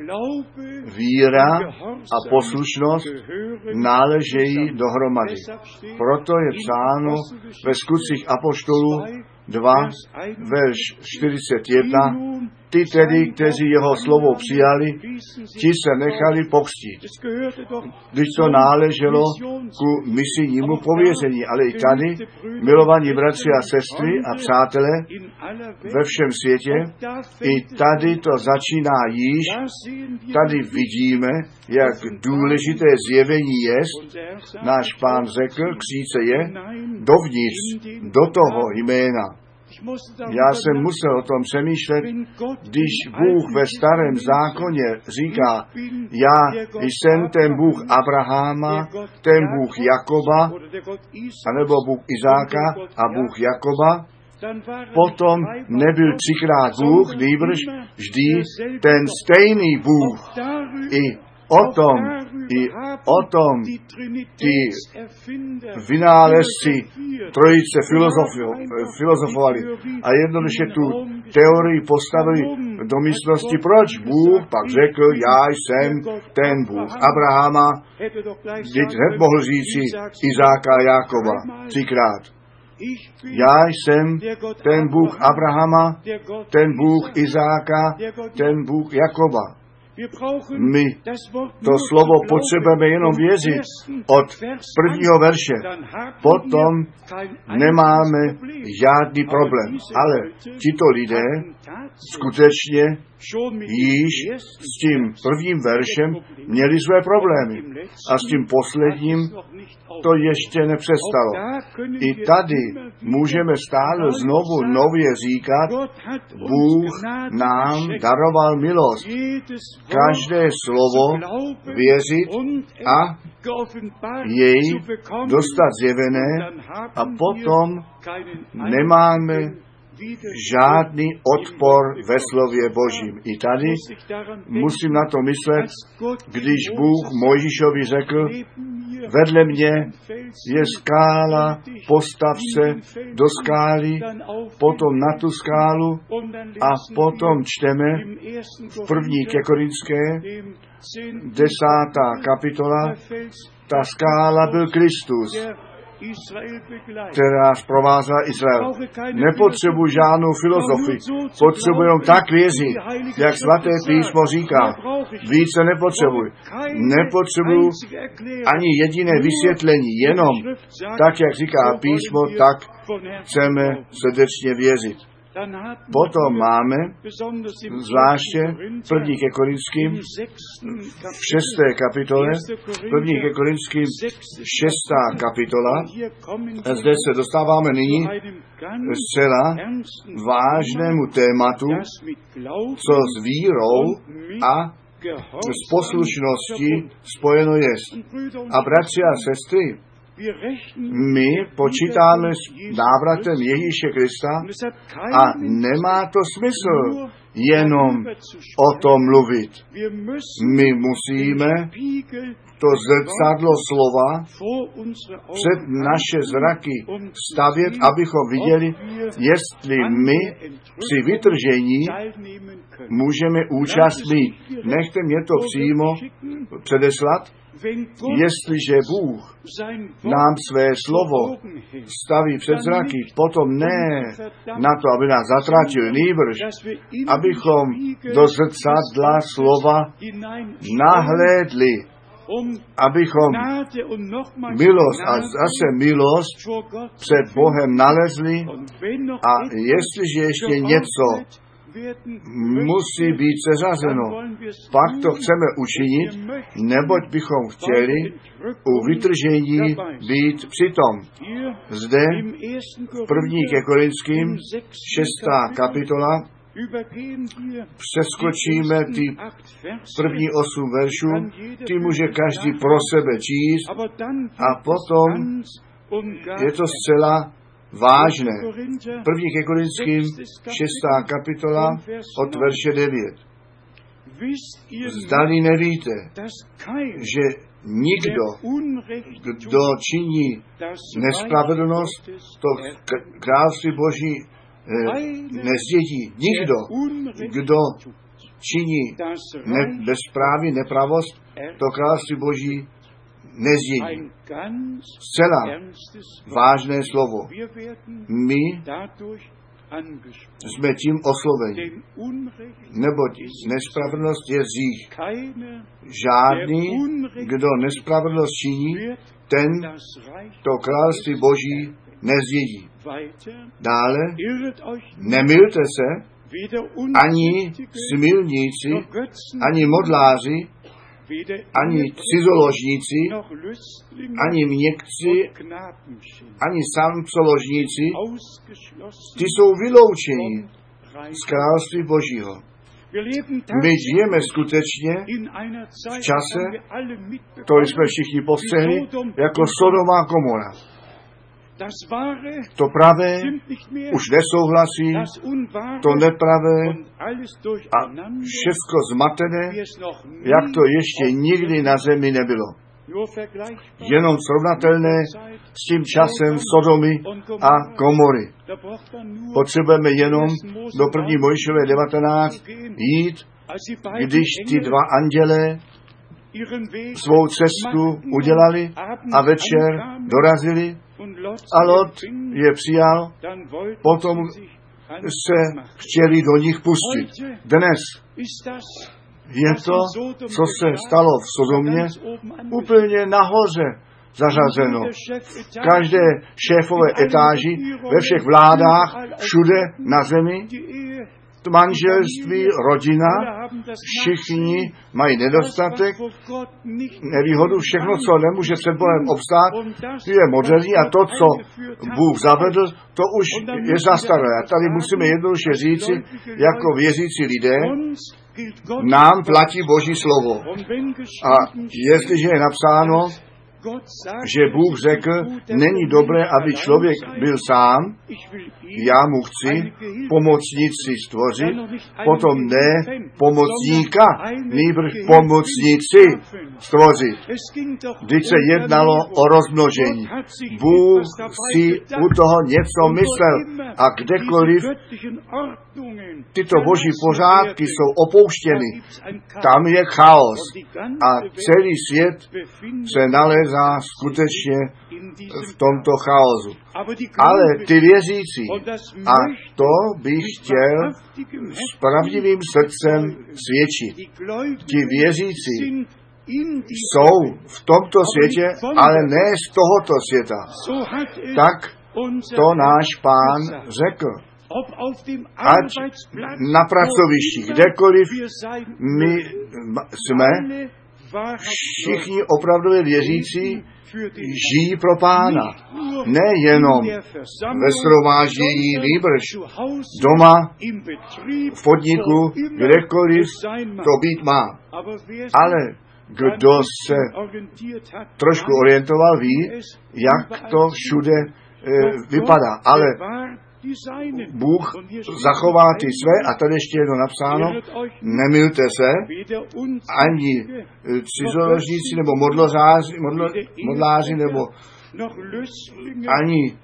víra a poslušnost náležejí dohromady. Proto je psáno ve Skutcích apoštolů dva, verš čtyřicet jedna, ty tedy, kteří jeho slovo přijali, ti se nechali pokřtít. Když to náleželo ku misijnímu pověření, ale i tady, milovaní bratři a sestry a přátelé ve všem světě, i tady to začíná již, tady vidíme, jak důležité zjevení je. Náš Pán řekl, kříce je dovnitř, do toho jména. Já jsem musel o tom přemýšlet, když Bůh ve starém zákoně říká, já jsem ten Bůh Abraháma, ten Bůh Jakoba, anebo Bůh Izáka a Bůh Jakoba, potom nebyl třikrát Bůh, nýbrž vždy ten stejný Bůh. I o tom, i o tom ty vynálezci trojice filozofovali a jednoduše tu teorii postavili do místnosti. Proč Bůh pak řekl, já jsem ten Bůh Abrahama, vždyť hned mohl říci Izáka a Jákoba třikrát. Já jsem ten Bůh Abrahama, ten Bůh Izáka, ten Bůh Jakoba. My to slovo potřebujeme jenom věřit od prvního verše. Potom nemáme žádný problém. Ale tito lidé skutečně již s tím prvním veršem měli své problémy. A s tím posledním to ještě nepřestalo. I tady můžeme stále znovu nově říkat, Bůh nám daroval milost. Každé slovo věřit a jej dostat zjevené a potom nemáme žádný odpor ve slově Božím. I tady musím na to myslet, když Bůh Mojžíšovi řekl, vedle mě je skála, postav se do skály, potom na tu skálu a potom čteme v první ke Korinské, desátá kapitola, ta skála byl Kristus, která provázela Izrael. Nepotřebuji žádnou filozofii, potřebuji tak věřit, jak svaté písmo říká. Více nepotřebuji. Nepotřebuji ani jediné vysvětlení, jenom tak, jak říká písmo, tak chceme srdečně věřit. Potom máme, zvláště první ke Korinským, v šesté kapitole, první ke Korinským, šestá kapitola, a zde se dostáváme nyní zcela vážnému tématu, co s vírou a s poslušností spojeno jest. A bratři a sestry, my počítáme s návratem Ježíše Krista a nemá to smysl jenom o tom mluvit. My musíme to zrcadlo slova před naše zraky stavět, abychom viděli, jestli my při vytržení můžeme účast mít. Nechte mě to přímo předeslat. Jestliže Bůh nám své slovo staví před zraky, potom ne na to, aby nás zatratil, nýbrž, abychom do zrcadla slova nahlédli, abychom milost a zase milost před Bohem nalezli a jestliže ještě něco musí být seřazeno. Pak to chceme učinit, neboť bychom chtěli u vytržení být přitom. Zde v první ke Korinským, šestá kapitola, přeskočíme ty první osm veršů, ty může každý pro sebe číst a potom je to zcela vážné. První ke Korinským, šestá kapitola, od verše devět. Zdali nevíte, že nikdo, kdo činí nespravedlnost, to království Boží nezdědí nikdo, kdo činí ne, bezpráví, nepravost, to království Boží nezdědí. Zcela vážné slovo. My jsme tím osloveni, neboť nespravedlnost je zích. Žádný, kdo nespravedlnost činí, ten to království Boží nezdědí. Dále, nemilte se, ani smilníci, ani modláři, ani cizoložníci, ani měkci, ani samcoložníci, ty jsou vyloučeni z království Božího. My žijeme skutečně v čase, to jsme všichni postřehli, jako Sodoma a Gomora. To pravé už nesouhlasí, to nepravé a všechno zmatené, jak to ještě nikdy na zemi nebylo. Jenom srovnatelné s tím časem Sodomy a Gomory. Potřebujeme jenom do první Mojžíšové devatenáct jít, když ty dva andělé svou cestu udělali a večer dorazili a Lot je přijal, potom se chtěli do nich pustit. Dnes je to, co se stalo v Sodomě, úplně nahoře zařazeno. V každé šéfové etáži, ve všech vládách, všude na zemi, manželství, rodina, všichni mají nedostatek, nevýhodu, všechno, co nemůže před Bohem obstát, je moderní a to, co Bůh zavedl, to už je zastaralé. A tady musíme jednoduše říci, jako věřící lidé, nám platí Boží slovo. A jestliže je napsáno, že Bůh řekl, není dobré, aby člověk byl sám, já mu chci pomocnici stvořit, potom ne pomocníka, nýbrž pomocnici stvořit. Když se jednalo o rozmnožení. Bůh si u toho něco myslel a kdekoliv tyto boží pořádky jsou opouštěny, tam je chaos a celý svět se nalézá skutečně v tomto chaosu. Ale ty věřící, a to bych chtěl s pravdivým srdcem svědčit, ti věřící jsou v tomto světě, ale ne z tohoto světa. Tak to náš Pán řekl. Ať na pracovišti, kdekoliv my jsme, všichni opravdově věřící žijí pro Pána. Nejenom ve shromáždění, nýbrž doma, v podniku, kdekoliv to být má. Ale kdo se trošku orientoval, ví, jak to všude e, vypadá. Ale Bůh zachová ty své, a tady ještě jedno napsáno, nemilte se, ani cizoložníci, nebo modlozáři, modlo, modláři, nebo ani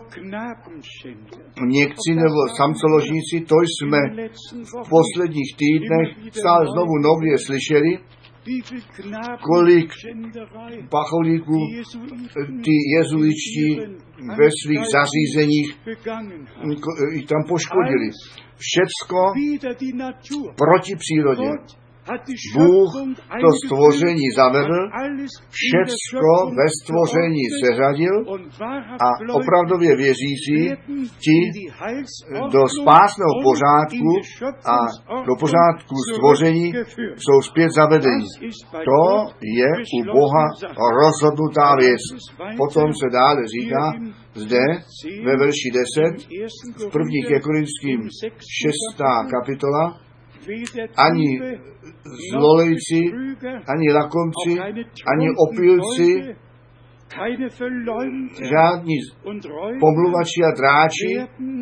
někci, nebo samcoložníci, to jsme v posledních týdnech stále znovu nově slyšeli, kolik pacholíků ty jezuičtí ve svých zařízeních jich tam poškodili. Všecko proti přírodě. Bůh to stvoření zavedl, všecko ve stvoření seřadil a opravdově věřící ti do spásného pořádku a do pořádku stvoření jsou zpět zavedení. To je u Boha rozhodnutá věc. Potom se dále říká zde ve verši deset v první ke Korinským šestá kapitola, ani zlolejci, ani lakomci, ani opilci, žádní pomluvači a dráči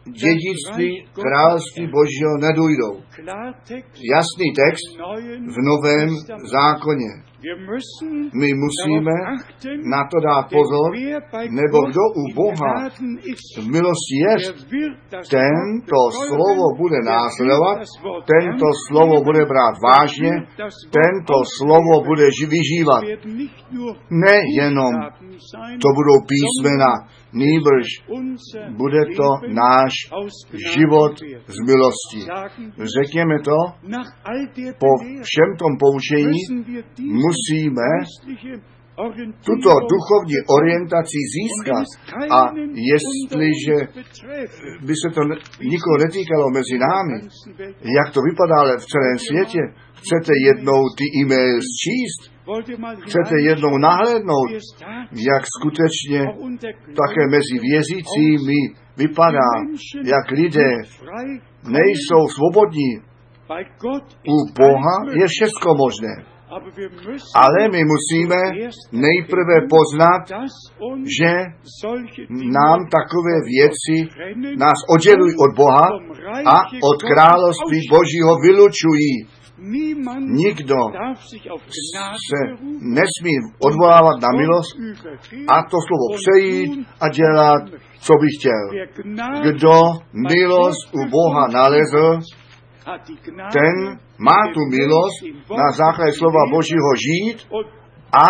dědictví království Božího nedůjdou. Jasný text v Novém zákoně. My musíme na to dát pozor, nebo kdo u Boha v milosti je, tento slovo bude následovat, tento slovo bude brát vážně, tento slovo bude vyžívat. Nejenom to budou písmena, nýbrž bude to náš život z milosti. Řekněme to, po všem tom poučení musíme tuto duchovní orientaci získat a jestliže by se to nikoho netýkalo mezi námi, jak to vypadá ale v celém světě, chcete jednou ty e-maily číst, chcete jednou nahlédnout, jak skutečně také mezi věřícími vypadá, jak lidé nejsou svobodní. U Boha je všechno možné. Ale my musíme nejprve poznat, že nám takové věci nás oddělují od Boha a od království Božího vylučují. Nikdo se nesmí odvolávat na milost a to slovo přejít a dělat, co by chtěl. Kdo milost u Boha nalezl, ten má tu milost na základě slova Božího žít a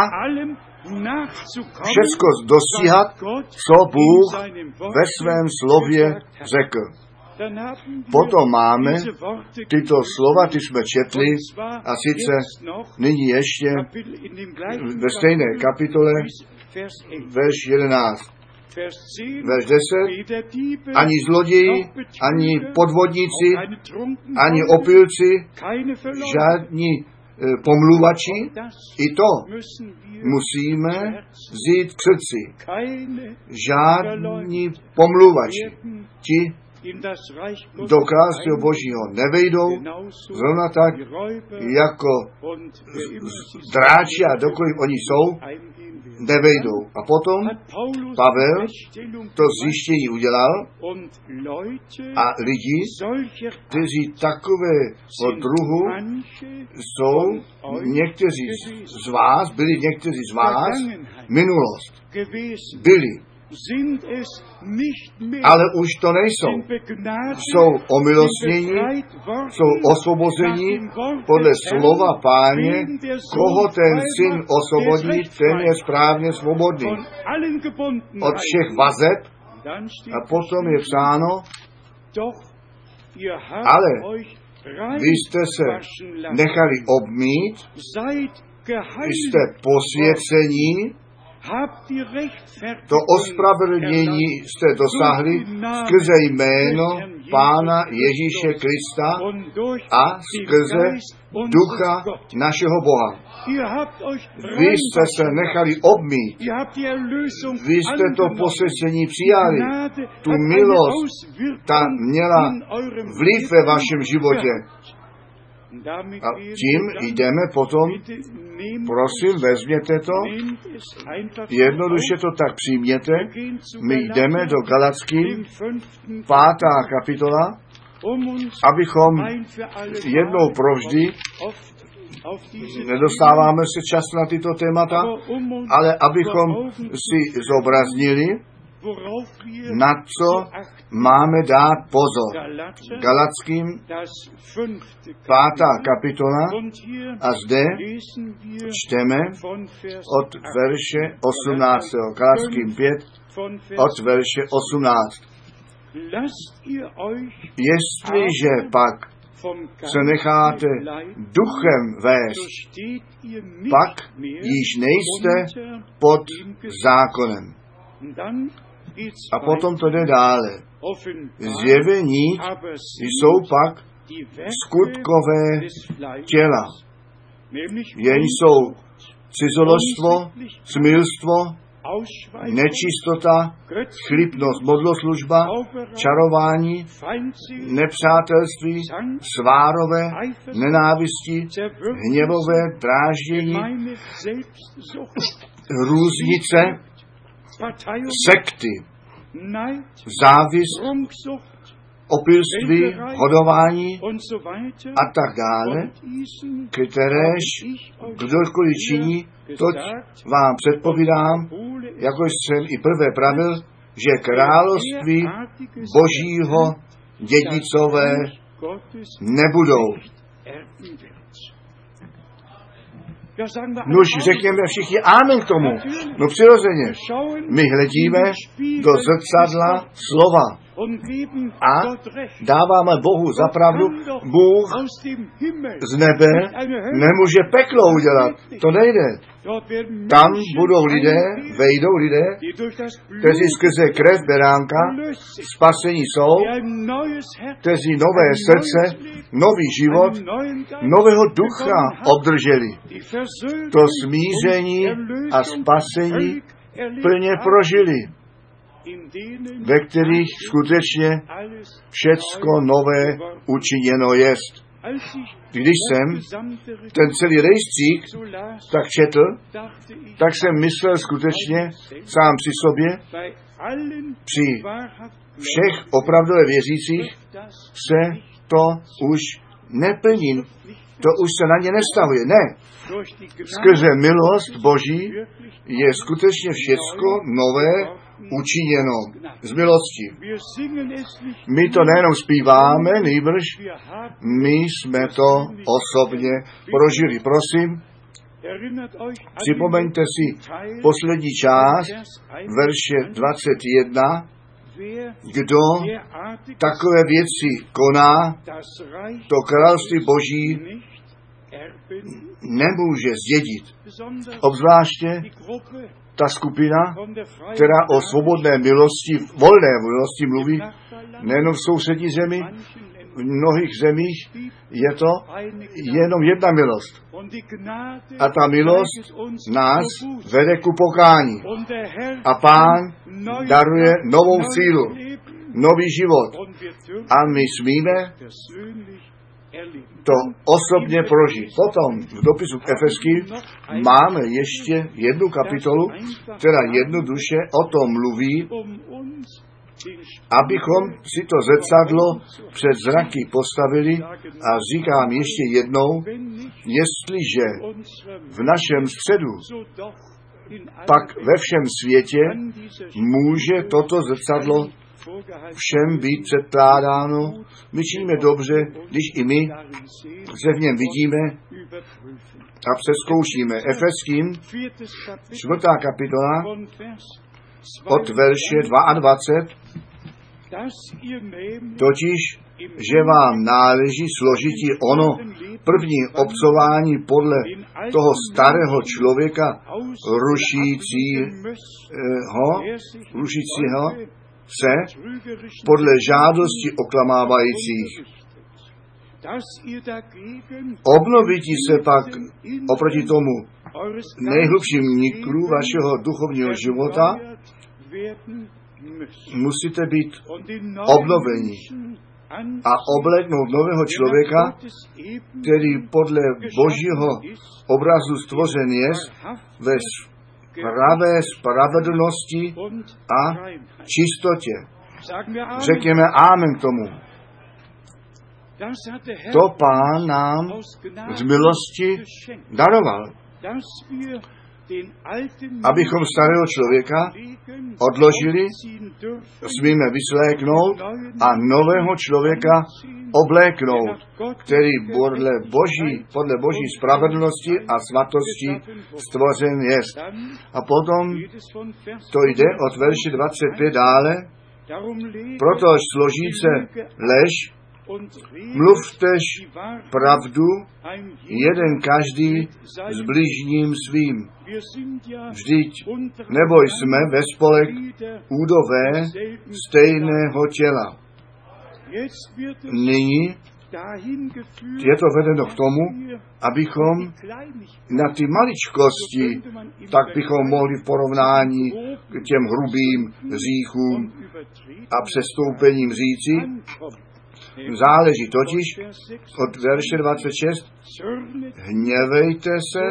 všecko dosíhat, co Bůh ve svém slově řekl. Potom máme tyto slova, ty jsme četli, a sice nyní ještě ve stejné kapitole, verš jedenáct. Verš deset. Ani zloději, ani podvodníci, ani opilci, žádní e, pomluvači, i to musíme vzít k srdci. Žádní pomluvači. Ti do království Božího nevejdou, zrovna tak, jako dráči a dokoliv oni jsou, nevejdou. A potom Pavel to zjištění udělal a lidi, kteří takového druhu jsou, někteří z vás, byli někteří z vás, minulost, byli. Ale už to nejsou. Jsou omilostnění, jsou osvobození podle slova Páně, koho ten syn osvobodí, ten je správně svobodný. Od všech vazeb a potom je psáno, ale vy jste se nechali obmít, jste posvěcení, to ospravedlnění jste dosáhli skrze jméno Pána Ježíše Krista a skrze Ducha našeho Boha. Vy jste se nechali obmít. Vy jste to posvěcení přijali. Tu milost, ta měla vliv ve vašem životě. A tím jdeme potom, prosím, vezměte to, jednoduše to tak přijměte, my jdeme do Galackým, pátá kapitola, abychom jednou provždy, nedostáváme se čas na tyto témata, ale abychom si zobraznili, na co máme dát pozor. Galackým pátá kapitola a zde čteme od verše osmnáctého. Galackým pět od verše osmnáct. Jestliže pak se necháte duchem vést, pak již nejste pod zákonem. A potom to jde dále. Zjevení jsou pak skutkové těla. Jen jsou cizoložstvo, smilstvo, nečistota, chlipnost, modloslužba, čarování, nepřátelství, svárové, nenávisti, hněvové, dráždění, různice, sekty, závist, opilství, hodování a tak dále, kteréž kdokoliv činí, toť vám předpovídám, jako jsem i prvé pravil, že království Božího dědicové nebudou. Nuž řekněme všichni amen k tomu. No přirozeně. My hledíme do zrcadla slova a dáváme Bohu za pravdu. Bůh z nebe nemůže peklo udělat. To nejde. Tam budou lidé, vejdou lidé, kteří skrze krev beránka spasení jsou, kteří nové srdce, nový život, nového ducha obdrželi. To smíření a spasení plně prožili, ve kterých skutečně všecko nové učiněno jest. Když jsem ten celý rejstřík tak četl, tak jsem myslel skutečně sám při sobě, při všech opravdově věřících se to už neplní, to už se na ně nevztahuje. Ne. Skrze milost Boží je skutečně všecko nové učiněno z milosti. My to nejenom zpíváme, nýbrž my jsme to osobně prožili. Prosím, připomeňte si poslední část verše dvacet jedna, kdo takové věci koná, to království Boží nemůže zdědit. Obzvláště ta skupina, která o svobodné milosti, volné milosti mluví, nejenom v sousední zemi, v mnohých zemích je to jenom jedna milost. A ta milost nás vede ku pokání. A Pán daruje novou sílu, nový život. A my smíme to osobně prožít. Potom v dopisu k Efeským máme ještě jednu kapitolu, která jednoduše o tom mluví, abychom si to zrcadlo před zraky postavili a říkám ještě jednou, jestliže v našem středu pak ve všem světě může toto zrcadlo všem být předkládáno. My činíme dobře, když i my se v něm vidíme a přezkoušíme. Efeským, čtvrtá kapitola, od verše dvacet dva, totiž, že vám náleží složití ono první obcování podle toho starého člověka rušícího, rušícího se podle žádosti oklamávajících. Obnovití se pak oproti tomu nejhlubším niklu vašeho duchovního života musíte být obnoveni a obléknout nového člověka, který podle Božího obrazu stvořen jest ve pravé spravedlnosti a čistotě. Řekněme amen k tomu. To Pán nám z milosti daroval, abychom starého člověka odložili, smíme vysléknout a nového člověka obléknout, který podle Boží, podle Boží spravedlnosti a svatosti stvořen jest. A potom to jde od verše dvacet pět dále, protož složíce lež, mluvtež pravdu, jeden každý s bližním svým. Vždyť, nebo jsme ve spolek údové stejného těla. Nyní je to vedeno k tomu, abychom na ty maličkosti, tak bychom mohli v porovnání k těm hrubým hříchům a přestoupením říci, záleží totiž od verše dvacet šest, hněvejte se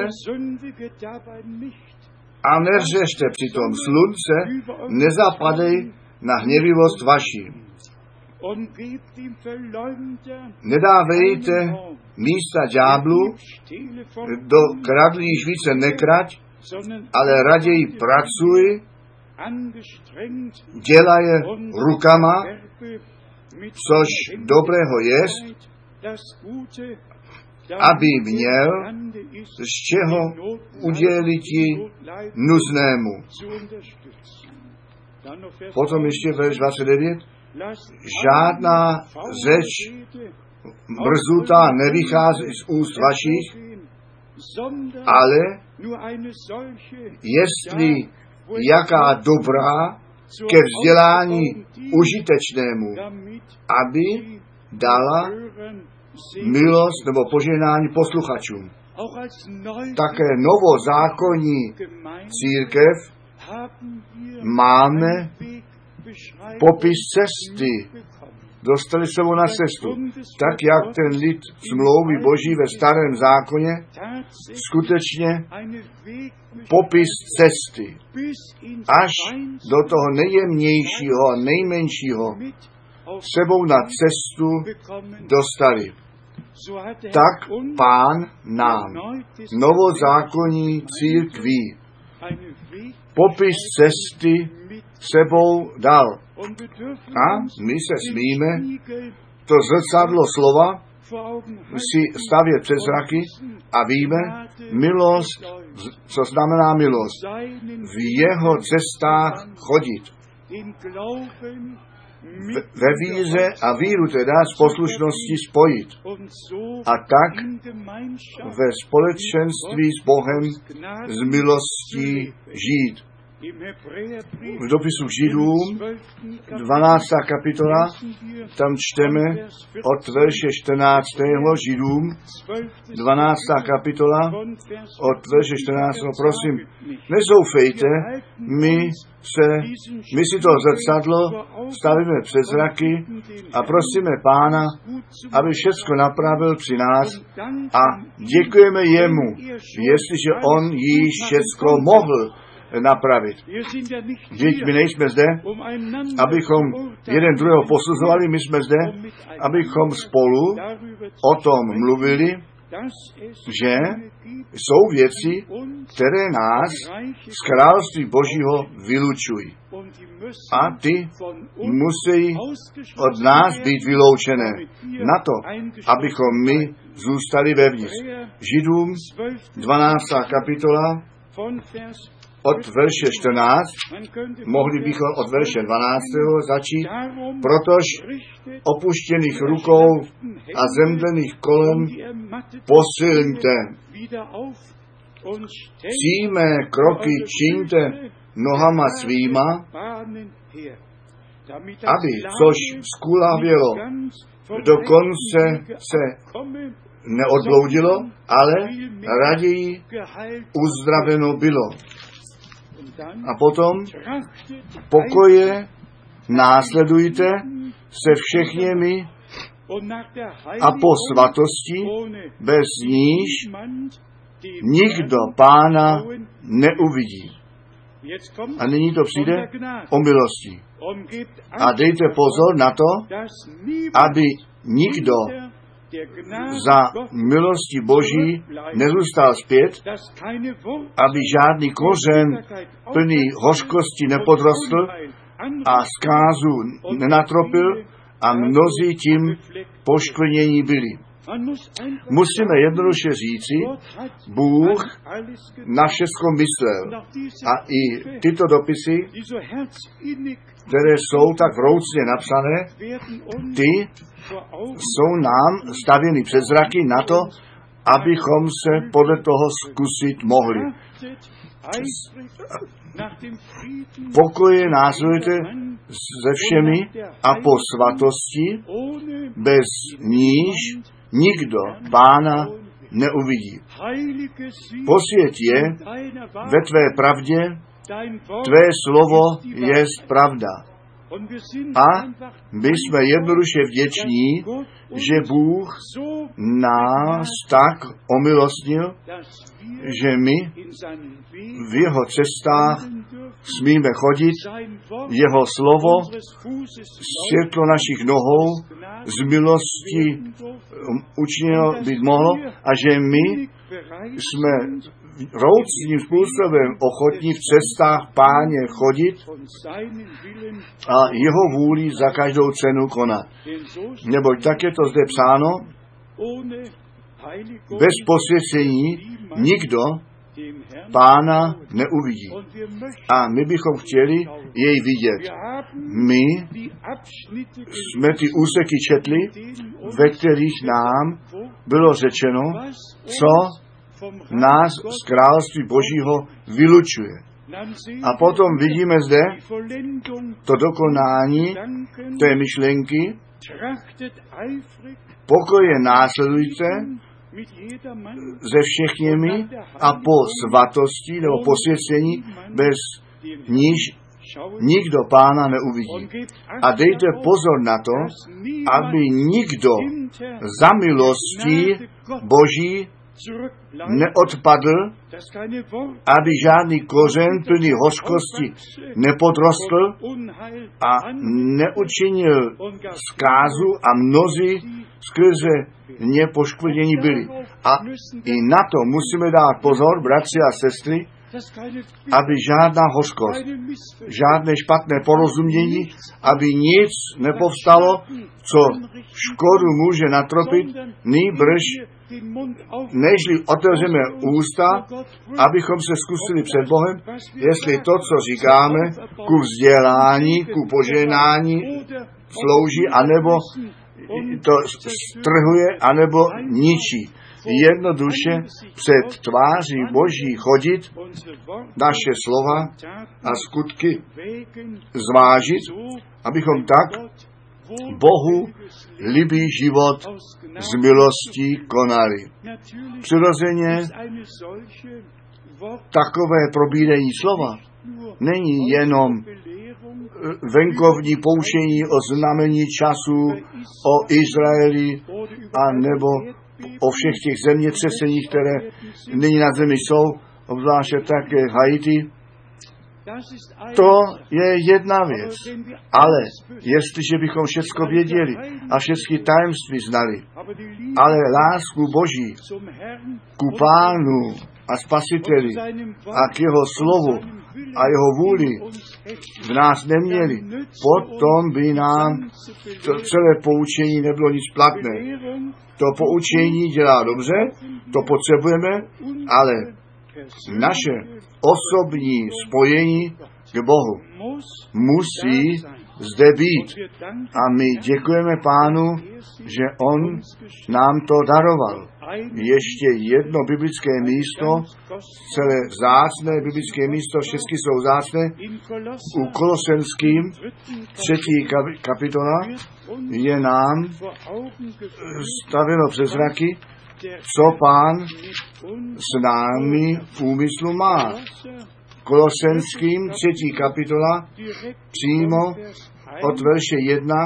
a neřešte přitom slunce, nezapadej na hněvivost vaší. Nedávejte místa ďáblu, do kradlí již více nekrať, ale raději pracuj, dělaj rukama, což dobrého jest, aby měl z čeho uděliti nuznému. Potom ještě verš dvacet devět. Žádná řeč mrzutá nevychází z úst vašich, ale jestli jaká dobrá ke vzdělání užitečnému, aby dala milost nebo požehnání posluchačům. Také novozákonní církev máme popis cesty. Dostali se mu na cestu. Tak, jak ten lid smlouvy Boží ve starém zákoně skutečně popis cesty až do toho nejjemnějšího a nejmenšího sebou na cestu dostali. Tak Pán nám novozákonní církví popis cesty sebou dal. A my se smíme to zrcadlo slova si stavět před zraky a víme milost, co znamená milost. V jeho cestách chodit. Ve víře a víru teda s poslušností spojit. A tak ve společenství s Bohem z milostí žít. V dopisu k Židům, dvanáctá kapitola, tam čteme od verše čtrnáctého Židům, dvanáctá kapitola, od verše čtrnáctého Prosím, nezoufejte, my, se, my si to zrcadlo stavíme před zraky a prosíme Pána, aby všecko napravil při nás a děkujeme jemu, jestliže on již všecko mohl napravit. Vždyť my nejsme zde, abychom jeden druhého posuzovali, my jsme zde, abychom spolu o tom mluvili, že jsou věci, které nás z království Božího vylučují. A ty musí od nás být vyloučené na to, abychom my zůstali vevnitř. Židům dvanáctá kapitola od verše čtrnáct, mohli bychom od verše dvanáctého začít, protož opuštěných rukou a zemdlených kolem posilňte. Přímé kroky čiňte nohama svýma, aby, což skulavělo, dokonce se neodbloudilo, ale raději uzdraveno bylo. A potom pokoje následujte se všechněmi a po svatosti, bez níž nikdo Pána neuvidí. A nyní to přijde o milosti. A dejte pozor na to, aby nikdo za milosti Boží nezůstal zpět, aby žádný kořen plný hořkosti nepodrostl a zkázu nenatropil a mnozí tím poškvrnění byli. Musíme jednoduše říci, Bůh na všechno myslel. A i tyto dopisy, které jsou tak vroucně napsané, ty jsou nám stavěny před zraky na to, abychom se podle toho zkusit mohli. Pokoje následujte se všemi a po svatosti, bez níž nikdo Pána neuvidí. Posvěť je ve tvé pravdě, tvé slovo jest pravda. A my jsme jednoduše vděční, že Bůh nás tak omilostnil, že my v jeho cestách smíme chodit, jeho slovo, světlo našich nohou z milosti učiněno být mohlo a že my jsme roucným způsobem ochotní v cestách Páně chodit a jeho vůli za každou cenu konat. Neboť tak je to zde psáno, bez posvěcení nikdo Pána neuvidí. A my bychom chtěli jej vidět. My jsme ty úseky četli, ve kterých nám bylo řečeno, co nás z království Božího vylučuje. A potom vidíme zde to dokonání té myšlenky, pokoje následujte ze všech němi a po svatosti nebo posvěcení, bez níž nikdo Pána neuvidí. A dejte pozor na to, aby nikdo za milostí Boží neodpadl, aby žádný kořen plný hořkosti nepodrostl a neučinil zkázu a mnozí skrze ně poškvrnění byli. A i na to musíme dát pozor, bratři a sestry, aby žádná hořkost, žádné špatné porozumění, aby nic nepovstalo, co škodu může natropit, nýbrž nežli otevřeme ústa, abychom se zkusili před Bohem, jestli to, co říkáme, ku vzdělání, ku poženání slouží, anebo to strhuje, anebo ničí. Jednoduše před tváří Boží chodit, naše slova a skutky zvážit, abychom tak Bohu libý život z milostí konali. Přirozeně takové probídení slova není jenom venkovní poučení o znamení času, o Izraeli a nebo o všech těch zemětřeseních, které nyní na zemi jsou, obzvláště také Haiti. To je jedna věc, ale jestliže bychom všecko věděli a všechny tajemství znali, ale lásku Boží ku Pánu a Spasiteli a k jeho slovu a jeho vůli v nás neměli, potom by nám to celé poučení nebylo nic platné. To poučení dělá dobře, to potřebujeme, ale naše osobní spojení k Bohu musí zde být. A my děkujeme Pánu, že On nám to daroval. Ještě jedno biblické místo, celé vzácné biblické místo, všechny jsou vzácné, u Kolosenským, třetí kapitola, je nám staveno přes zraky, co Pán s námi v úmyslu má. Kolosenským, třetí kapitola, přímo od verše jedna.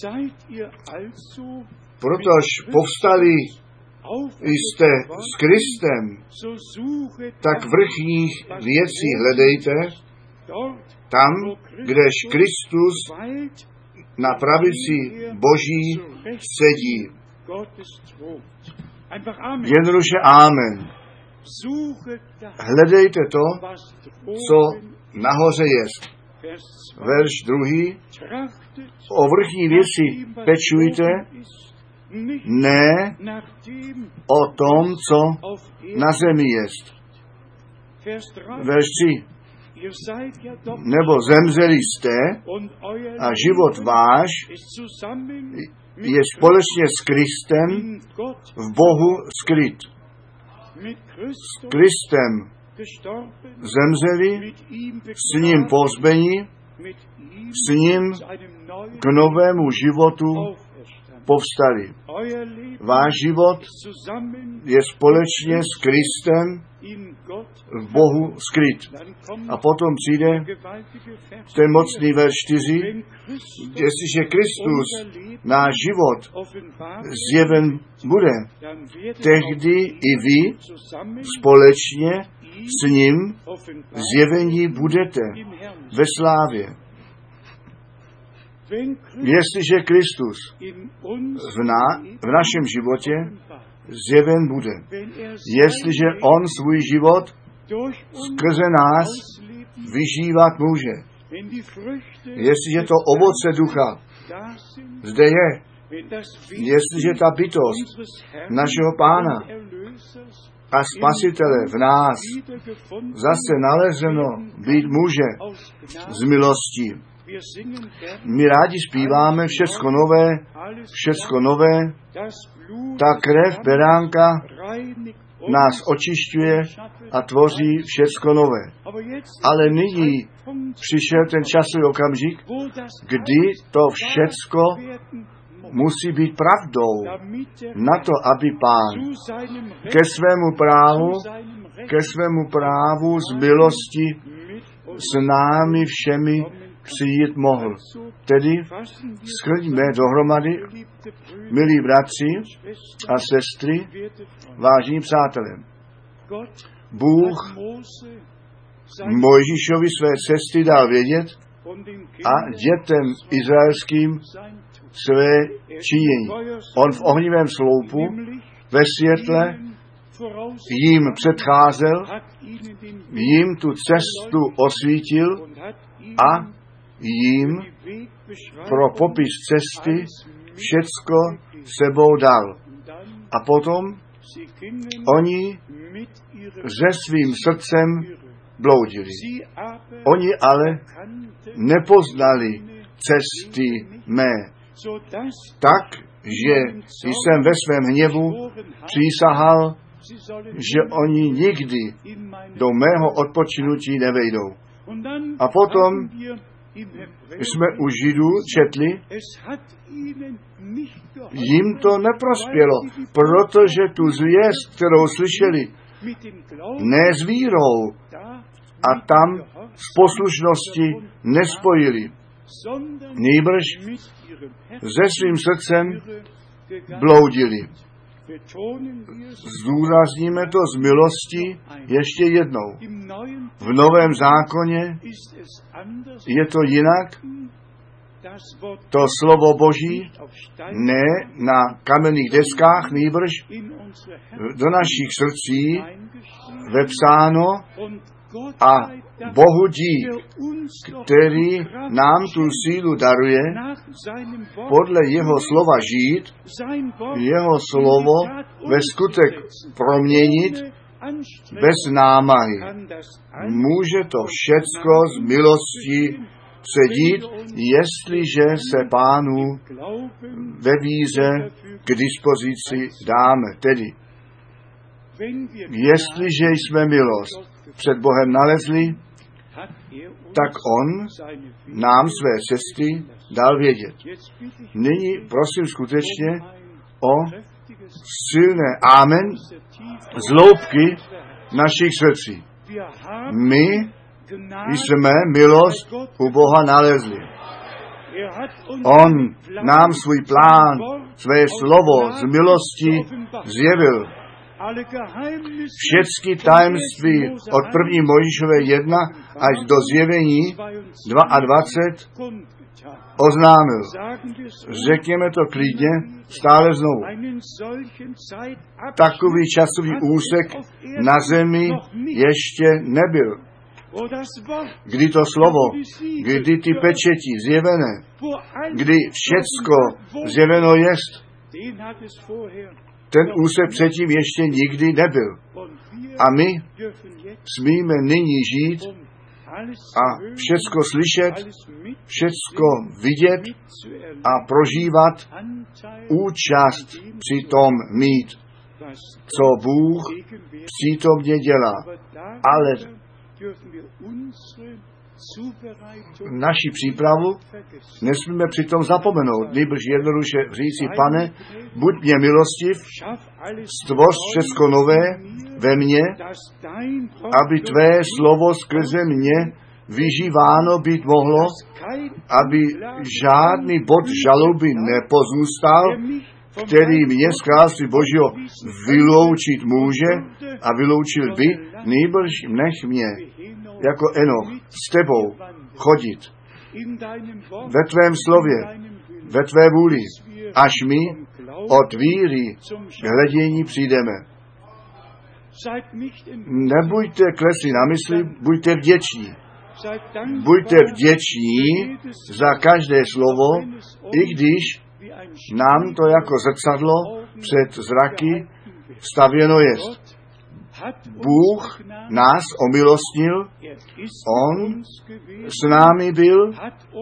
Protož povstali jste s Kristem, tak vrchních věcí hledejte, tam, kdež Kristus na pravici Boží sedí. Jednoduše amen. Hledejte to, co nahoře jest. Verš druhý. O vrchní věci pečujte, ne o tom, co na zemi jest. Verš tři. Nebo zemřeli jste a život váš je společně s Kristem v Bohu skryt. S Kristem zemřeli, s ním pohřbeni, s ním k novému životu povstali. Váš život je společně s Kristem v Bohu skryt. A potom přijde ten mocný verš čtyři. Jestliže Kristus, náš život, zjeven bude, tehdy i vy společně s ním zjevení budete ve slávě. Jestliže Kristus v, na, v našem životě zjeven bude, jestliže on svůj život skrze nás vyžívat může, jestliže to ovoce ducha zde je, jestliže ta bytost našeho Pána a Spasitele v nás zase nalezeno být může z milostí. My rádi zpíváme všecko nové, všecko nové, ta krev beránka nás očišťuje a tvoří všecko nové. Ale nyní přišel ten časový okamžik, kdy to všecko musí být pravdou na to, aby Pán ke svému právu, ke svému právu z milosti s námi všemi přijít mohl. Tedy shrňme dohromady, milí bratři a sestry, vážení přátelé. Bůh Mojžíšovi své cesty dal vědět a dětem izraelským své činění. On v ohnivém sloupu ve světle jim předcházel, jim tu cestu osvítil a jim pro popis cesty všecko sebou dal. A potom oni se svým srdcem bloudili. Oni ale nepoznali cesty mé. Tak, že jsem ve svém hněvu přísahal, že oni nikdy do mého odpočinutí nevejdou. A potom jsme u Židů četli, jim to neprospělo, protože tu zvěst, kterou slyšeli, ne s vírou a tam s poslušností nespojili, nýbrž se svým srdcem bloudili. Zdůrazníme to z milosti ještě jednou. V Novém zákoně je to jinak. To slovo Boží ne na kamenných deskách, nýbrž do našich srdcí vepsáno a Bohu dík, který nám tu sílu daruje podle jeho slova žít, jeho slovo ve skutek proměnit bez námahy. Může to všecko z milosti předít, jestliže se Pánu ve víře k dispozici dáme. Tedy, jestliže jsme milost před Bohem nalezli, tak On nám své cesty dal vědět. Nyní prosím skutečně o silné amen z hloubky našich srdcí. My jsme milost u Boha nalezli. On nám svůj plán, své slovo z milosti zjevil. Všechny tajemství od první Mojžíšové jedna až do zjevení dvacet dva oznámil. Řekněme to klidně stále znovu. Takový časový úsek na zemi ještě nebyl. Kdy to slovo, kdy ty pečeti zjevené, kdy všecko zjeveno jest, ten úsek předtím ještě nikdy nebyl. A my smíme nyní žít a všecko slyšet, všecko vidět a prožívat, účast při tom mít, co Bůh přítomně dělá. Ale naši přípravu nesmíme přitom zapomenout, nýbrž jednoduše říci, Pane, buď mě milostiv, stvoř všecko nové ve mně, aby tvé slovo skrze mě vyžíváno být mohlo, aby žádný bod žaloby nepozůstal, který mě z království Božího vyloučit může a vyloučil by, nýbrž nech mě jako Enoch s tebou chodit ve tvém slově, ve tvé vůli, až my od víry k hledění přijdeme. Nebuďte klesli na mysli, buďte vděční. Buďte vděční za každé slovo, i když nám to jako zrcadlo před zraky stavěno jest. Bůh nás omilostnil, on s námi byl,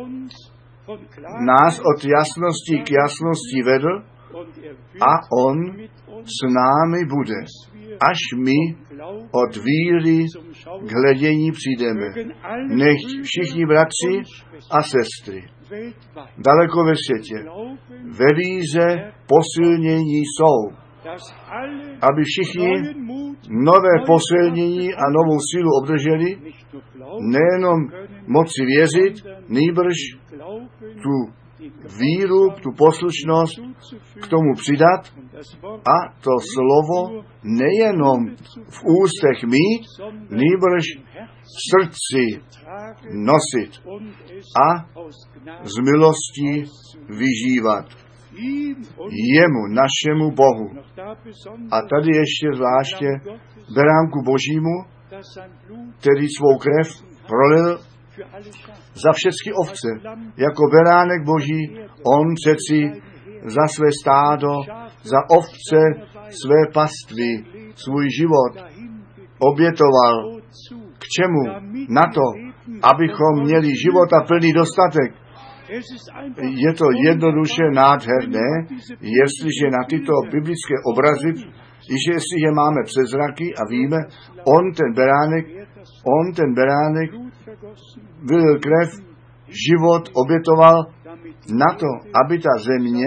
nás od jasnosti k jasnosti vedl a on s námi bude, až my od víry k hledění přijdeme. Nechť všichni bratři a sestry daleko ve světě ve víře posilnění jsou, aby všichni nové posilnění a novou sílu obdrželi, nejenom moci věřit, nýbrž tu víru, tu poslušnost k tomu přidat a to slovo nejenom v ústech mít, nýbrž v srdci nosit a z milostí vyžívat. Jemu, našemu Bohu. A tady ještě zvláště beránku Božímu, který svou krev prolil za všechny ovce. Jako beránek Boží, on přeci za své stádo, za ovce své pastvy, svůj život obětoval. K čemu? Na to, abychom měli život a plný dostatek. Je to jednoduše nádherné, jestliže na tyto biblické obrazy, že jestliže máme přes zraky a víme, on ten beránek, on ten beránek vylil krev, život obětoval na to, aby ta země,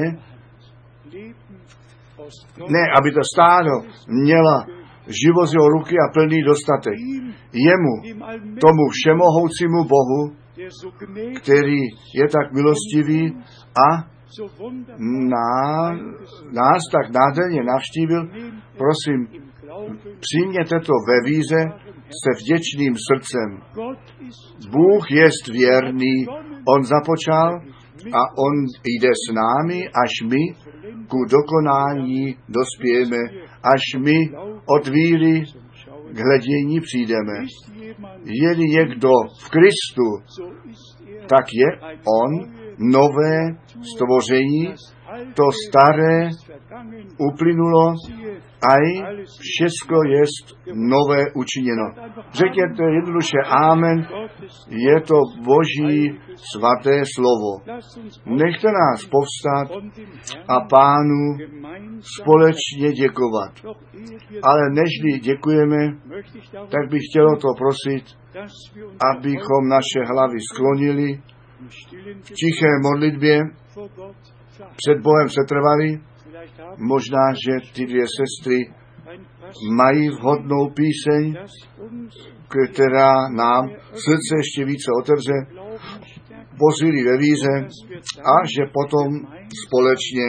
ne, aby to stádo měla život z jeho ruky a plný dostatek. Jemu, tomu všemohoucímu Bohu, který je tak milostivý a ná, nás tak nádherně navštívil, prosím, přijměte to ve víře se vděčným srdcem. Bůh jest věrný, on započal a on jde s námi, až my ku dokonání dospějeme, až my od víry k hledění přijdeme. Je-li někdo v Kristu, tak je on nové stvoření, to staré uplynulo, aj všecko jest nové učiněno. Řekněte jednoduše amen, je to Boží svaté slovo. Nechte nás povstat a Pánu společně děkovat. Ale nežli děkujeme, tak bych chtělo to prosit, abychom naše hlavy sklonili v tiché modlitbě, před Bohem setrvali. Možná, že ty dvě sestry mají vhodnou píseň, která nám srdce ještě více otevře, posílí ve víře a že potom společně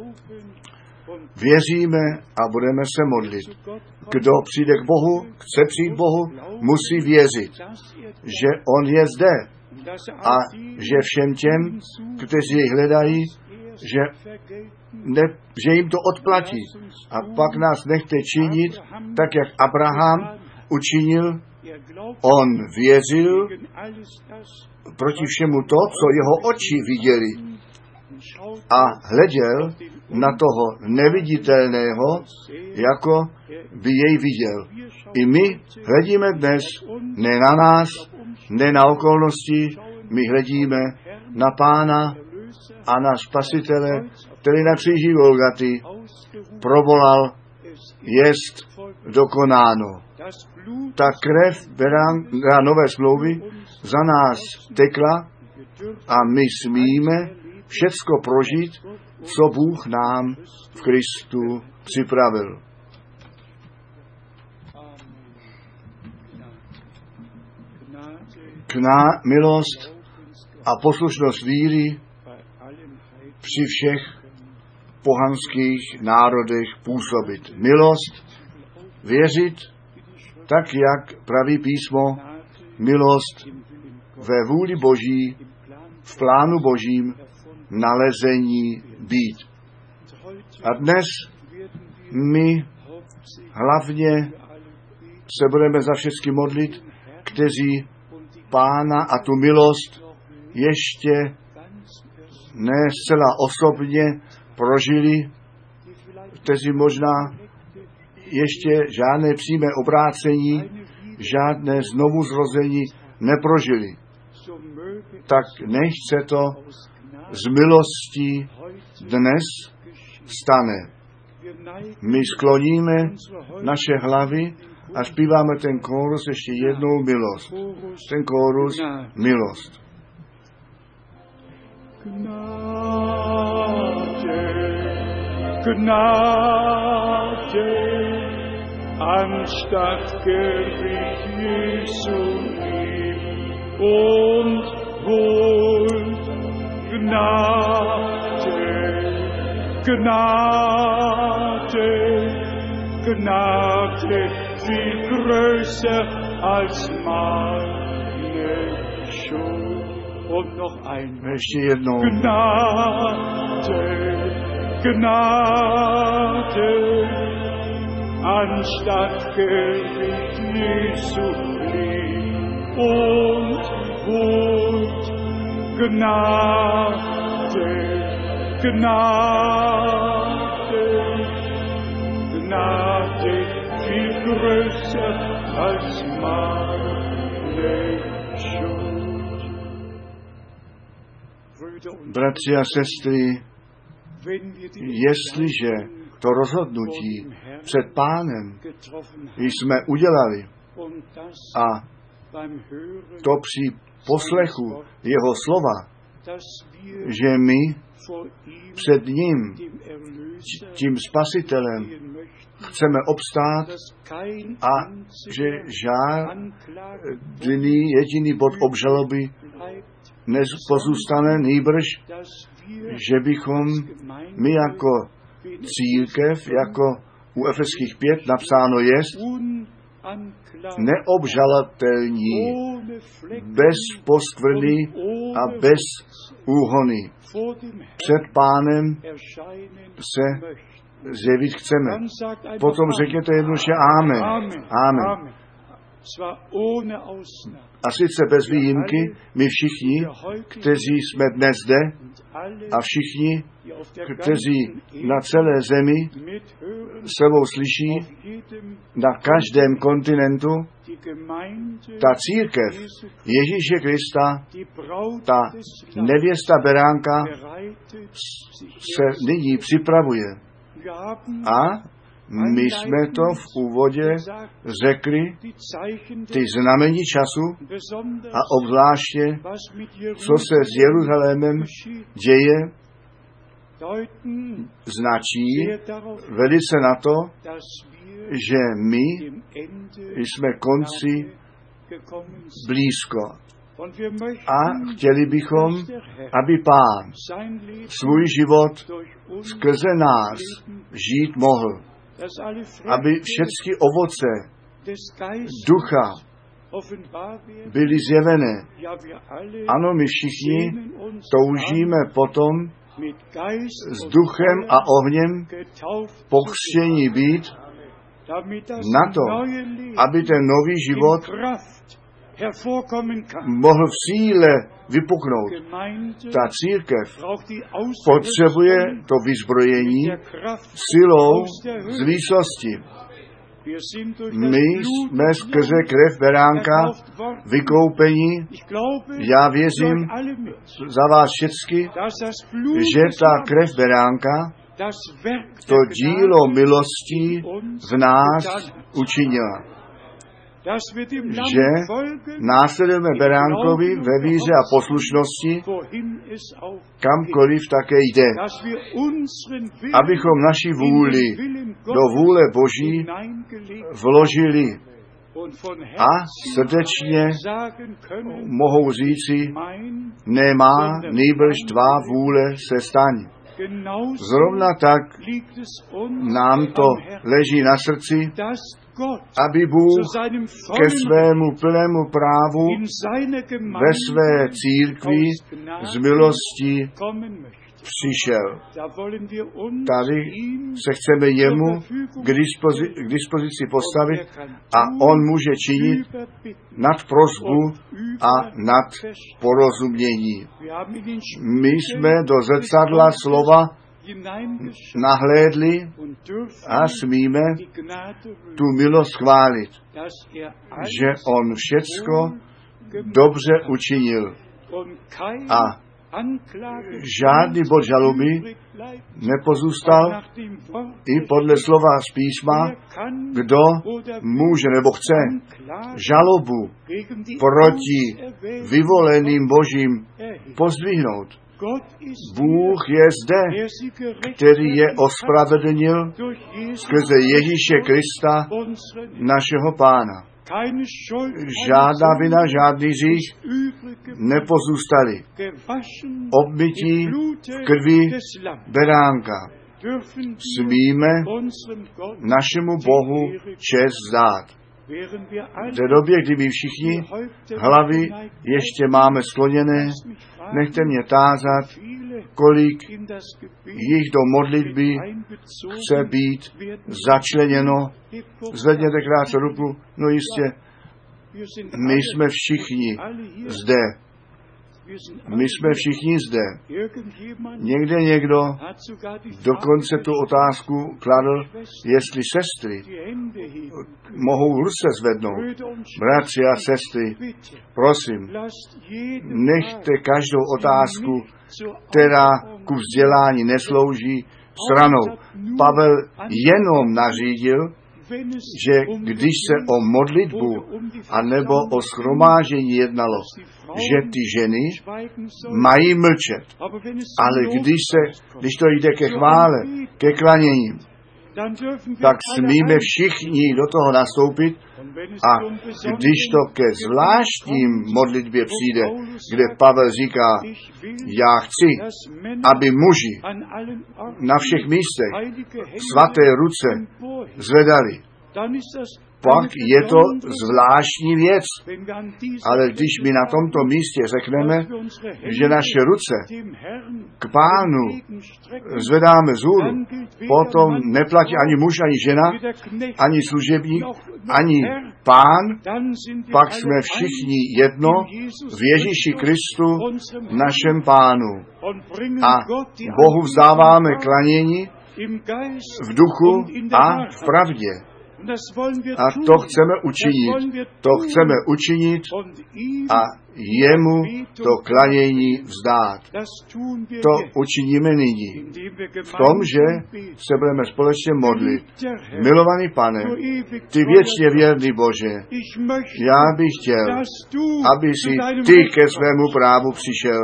věříme a budeme se modlit. Kdo přijde k Bohu, chce přijít k Bohu, musí věřit, že On je zde a že všem těm, kteří jej hledají, že, ne, že jim to odplatí. A pak nás nechte činit, tak jak Abraham učinil. On věřil proti všemu to, co jeho oči viděli. A hleděl na toho neviditelného, jako by jej viděl. I my hledíme dnes ne na nás, ne na okolnosti, my hledíme na Pána a na Spasitele, který na kříži Golgaty provolal, jest dokonáno. Ta krev beránka nové smlouvy za nás tekla a my smíme všecko prožít, co Bůh nám v Kristu připravil. Kná, milost a poslušnost víry při všech pohanských národech působit. Milost, věřit, tak jak praví písmo, milost ve vůli Boží, v plánu Božím, nalezení být. A dnes my hlavně se budeme za všechny modlit, kteří Pána a tu milost ještě ne zcela osobně prožili, kteří možná ještě žádné přímé obrácení, žádné znovuzrození neprožili. Tak nechť se to z milostí dnes stane. My skloníme naše hlavy a zpíváme ten kórus ještě jednou milost. Ten kórus milost. Gnade, Gnade, anstatt Gericht Jesu lieb und Huld. Gnade, Gnade, Gnade, viel größer als meine Schuld. Und noch einmal. Ještě jednou. Gnade, Gnade, anstatt Gericht Jesu lieb und Huld. Gnade, Gnade, Gnade, viel größer als meine Schuld. Bratři a sestry, jestliže to rozhodnutí před Pánem jsme udělali a to při poslechu jeho slova, že my před ním, tím spasitelem, chceme obstát a že žádný jediný bod obžaloby nepozůstane, nýbrž, že bychom my jako církev, jako u Efeských pět napsáno jest, neobžalatelní, bez poskvrny a bez úhony. Před Pánem se zjevit chceme. Potom řekněte jednoduše Amen. Amen. A sice bez výjimky, my všichni, kteří jsme dnes zde a všichni, kteří na celé zemi sebou slyší, na každém kontinentu, ta církev Ježíše Krista, ta nevěsta beránka se nyní připravuje. A my jsme to v úvodě řekli, ty znamení času a obzvláště, co se s Jeruzalémem děje, značí velice na to, že my jsme konci blízko. A chtěli bychom, aby Pán svůj život skrze nás žít mohl. Aby všechny ovoce ducha byly zjevené. Ano, my všichni toužíme potom s duchem a ohněm pokřtění být na to, aby ten nový život mohl v síle vypuknout. Ta církev potřebuje to vyzbrojení silou z výsosti. My jsme skrze krev beránka vykoupení. Já věřím za vás všechny, že ta krev beránka to dílo milostí v nás učinila. že následujeme beránkovi ve víře a poslušnosti, kamkoliv také jde, abychom naši vůli do vůle Boží vložili a srdečně mohou říci, nemá nýbrž tvá vůle se staň. Zrovna tak nám to leží na srdci, aby Bůh ke svému plnému právu ve své církvi z milosti přišel. Tady se chceme jemu k, dispozi- k dispozici postavit a on může činit nad prosbu a nad porozumění. My jsme do zrcadla slova nahlédli a smíme tu milost chválit, že on všecko dobře učinil a žádný bod žaloby nepozůstal i podle slova z písma, kdo může nebo chce žalobu proti vyvoleným Božím pozdvihnout. Bůh je zde, který je ospravedlnil skrze Ježíše Krista, našeho Pána. Žádná vina, žádný hřích nepozůstali. Obmytí v krvi beránka. Smíme našemu Bohu čest dát. V té době, kdy my všichni hlavy ještě máme skloněné, nechte mě tázat, kolik jich do modlitby chce být začleněno. Zvedněte krátce ruku, no jistě, my jsme všichni zde. My jsme všichni zde. Někde někdo dokonce tu otázku kladl, jestli sestry mohou ruce zvednout. Bratři a sestry, prosím, nechte každou otázku, která ku vzdělání neslouží, stranou. Pavel jenom nařídil, že když se o modlitbu anebo o shromážení jednalo, že ty ženy mají mlčet. Ale když, se, když to jde ke chvále, ke klaněním, tak smíme všichni do toho nastoupit a když to ke zvláštním modlitbě přijde, kde Pavel říká, já chci, aby muži na všech místech svaté ruce zvedali, pak je to zvláštní věc. Ale když my na tomto místě řekneme, že naše ruce k Pánu zvedáme vzhůru, potom neplatí ani muž, ani žena, ani služebník, ani Pán, pak jsme všichni jedno v Ježíši Kristu, našem Pánu. A Bohu vzdáváme klanění v duchu a v pravdě. A to chceme učinit. To chceme učinit a jemu to klanění vzdát. To učiníme nyní. V tom, že se budeme společně modlit. Milovaný Pane, ty věčně věrný Bože, já bych chtěl, aby si ty ke svému právu přišel,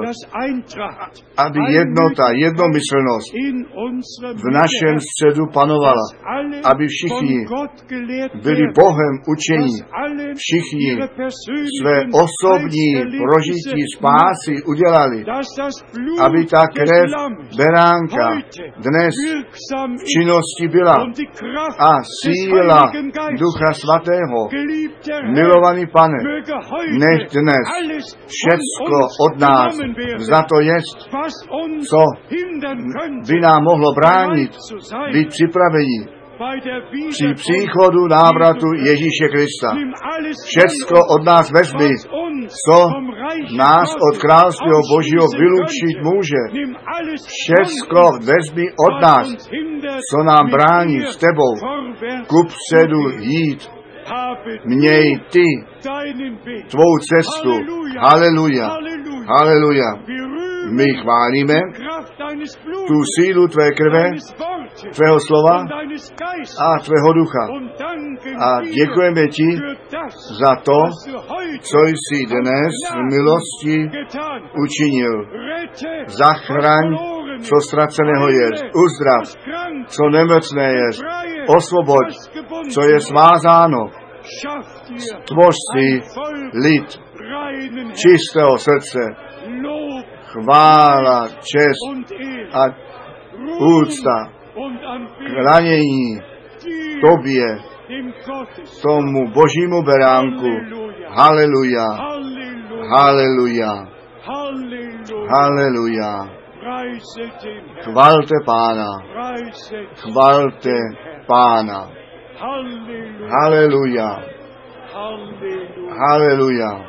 aby jednota, jednomyslnost v našem středu panovala, aby všichni byli Bohem učení, všichni své osobní prožití spásy udělali, aby ta krev beránka dnes v činnosti byla a síla Ducha Svatého. Milovaný Pane, nech dnes všecko od nás vzato jest, co by nám mohlo bránit být připraveni při příchodu návratu Ježíše Krista. Všecko od nás vezmi, co nás od království Božího vylučit může. Všecko vezmi od nás, co nám brání s tebou kupředu jít. Měj ty tvou cestu. Haleluja. Haleluja. My chválíme tu sílu tvé krve, tvého slova a tvého ducha. A děkujeme ti za to, co jsi dnes v milosti učinil. Zachraň, co ztraceného je, uzdrav, co nemocné je, osvoboď, co je svázáno. Stvoř si lid čistého srdce, chvála, čest a úcta, klanění tobě, tomu božímu beránku. Haleluja, haleluja, haleluja. Chvalte Pána, chvalte Pána. Haleluja, haleluja,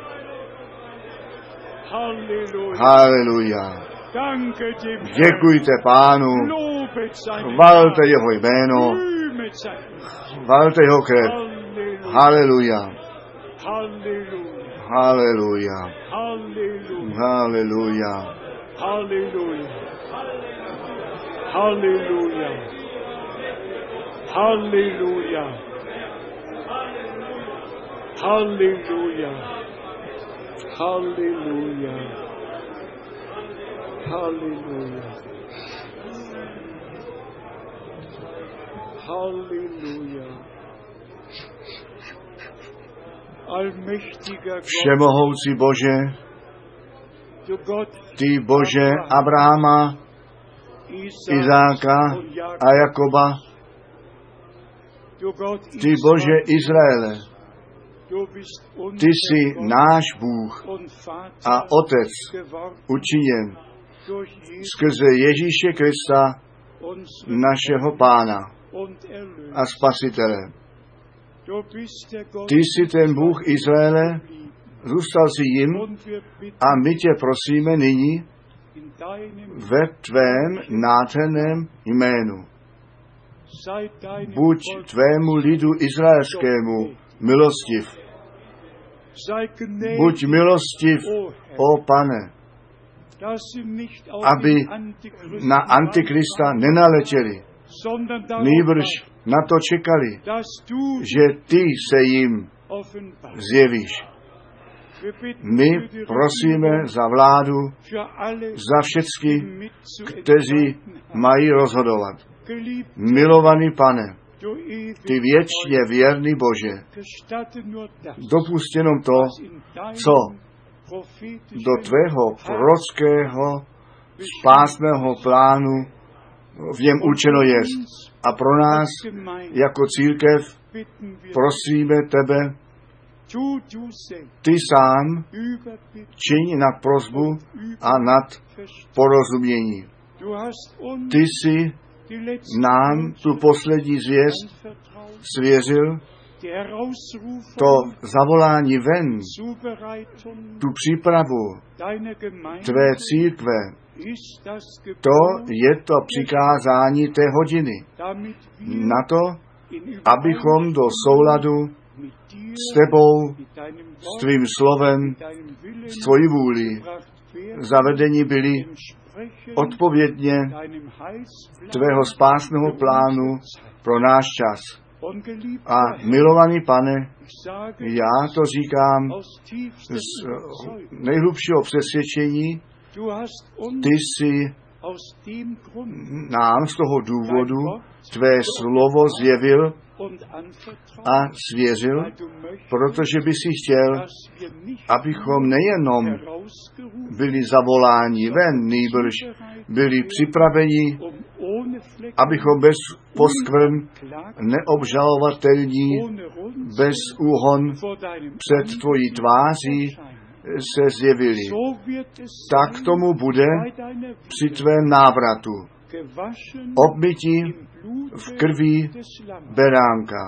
haleluja. Děkujte Pánu, chvalte jeho jméno, chvalte jeho krev. Haleluja, haleluja, haleluja. Halleluja. Halleluja. Halleluja. Halleluja. Halleluja. Halleluja. Halleluja. Allmächtiger Gott, Všemohoucí Bože, ty Bože Abrahama, Izáka a Jakoba, ty Bože Izraele, ty jsi náš Bůh a Otec učiněn skrze Ježíše Krista, našeho Pána a Spasitele. Ty jsi ten Bůh Izraele, zůstal jsi jim a my tě prosíme nyní ve tvém nádherném jménu. Buď tvému lidu izraelskému milostiv. Buď milostiv, ó Pane, aby na Antikrista nenaletěli, nýbrž na to čekali, že ty se jim zjevíš. My prosíme za vládu, za všechny, kteří mají rozhodovat. Milovaný Pane, ty věčně věrný Bože, dopust jenom to, co do tvého prorockého spásného plánu v něm určeno je. A pro nás jako církev prosíme tebe, ty sám čiň nad prosbu a nad porozumění. Ty jsi nám tu poslední zvěst svěřil, to zavolání ven, tu přípravu tvé církve, to je to přikázání té hodiny. Na to, abychom do souladu s tebou, s tvým slovem, s tvojí vůli zavedení byli odpovědně tvého spásného plánu pro náš čas. A milovaný Pane, já to říkám z nejhlubšího přesvědčení, ty jsi nám z toho důvodu tvé slovo zjevil a svěřil, protože by si chtěl, abychom nejenom byli zavoláni ven, nýbrž byli připraveni, abychom bez poskvrn, neobžalovatelní, bez úhon před tvojí tváří se zjevili. Tak tomu bude při tvém návratu. Obmytí v krví beránka,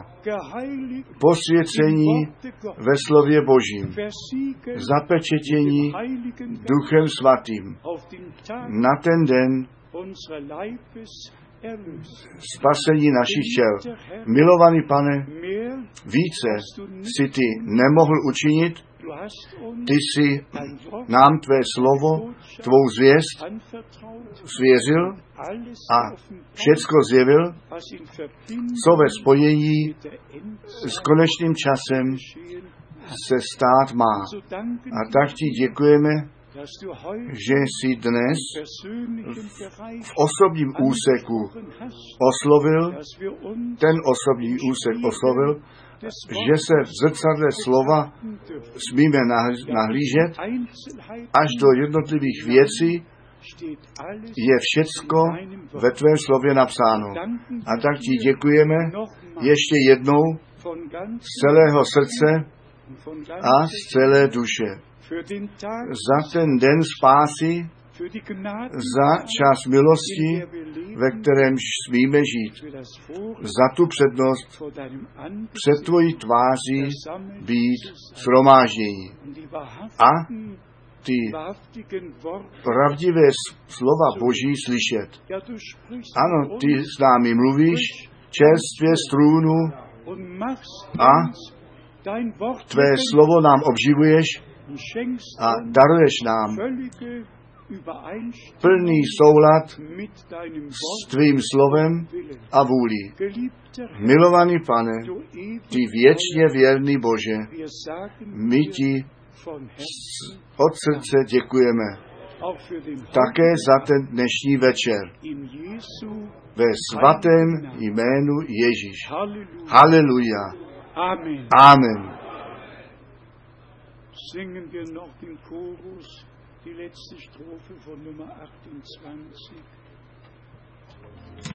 posvěcení ve slově Božím, zapečetění Duchem Svatým na ten den spasení našich těl. Milovaný Pane, více si ty nemohl učinit, ty jsi nám tvé slovo, tvou zvěst svěřil a všecko zjevil, co ve spojení s konečným časem se stát má. A tak ti děkujeme, že jsi dnes v osobním úseku oslovil, ten osobní úsek oslovil, že se v zrcadle slova smíme nahlížet až do jednotlivých věcí, je všecko ve tvém slově napsáno. A tak ti děkujeme ještě jednou z celého srdce a z celé duše za ten den spásy, za čas milosti, ve kterém smíme žít, za tu přednost před tvojí tváří být shromáždění. A ty pravdivé slova Boží slyšet. Ano, ty s námi mluvíš, čerstvě z trůnu a tvé slovo nám obživuješ a daruješ nám plný soulad s tvým slovem a vůlí. Milovaný Pane, ty věčně věrný Bože, my ti od srdce děkujeme také za ten dnešní večer. Ve svatém jménu Ježíš. Haleluja. Amen. Singen wir noch den Chorus, die letzte Strophe von Nummer achtundzwanzig.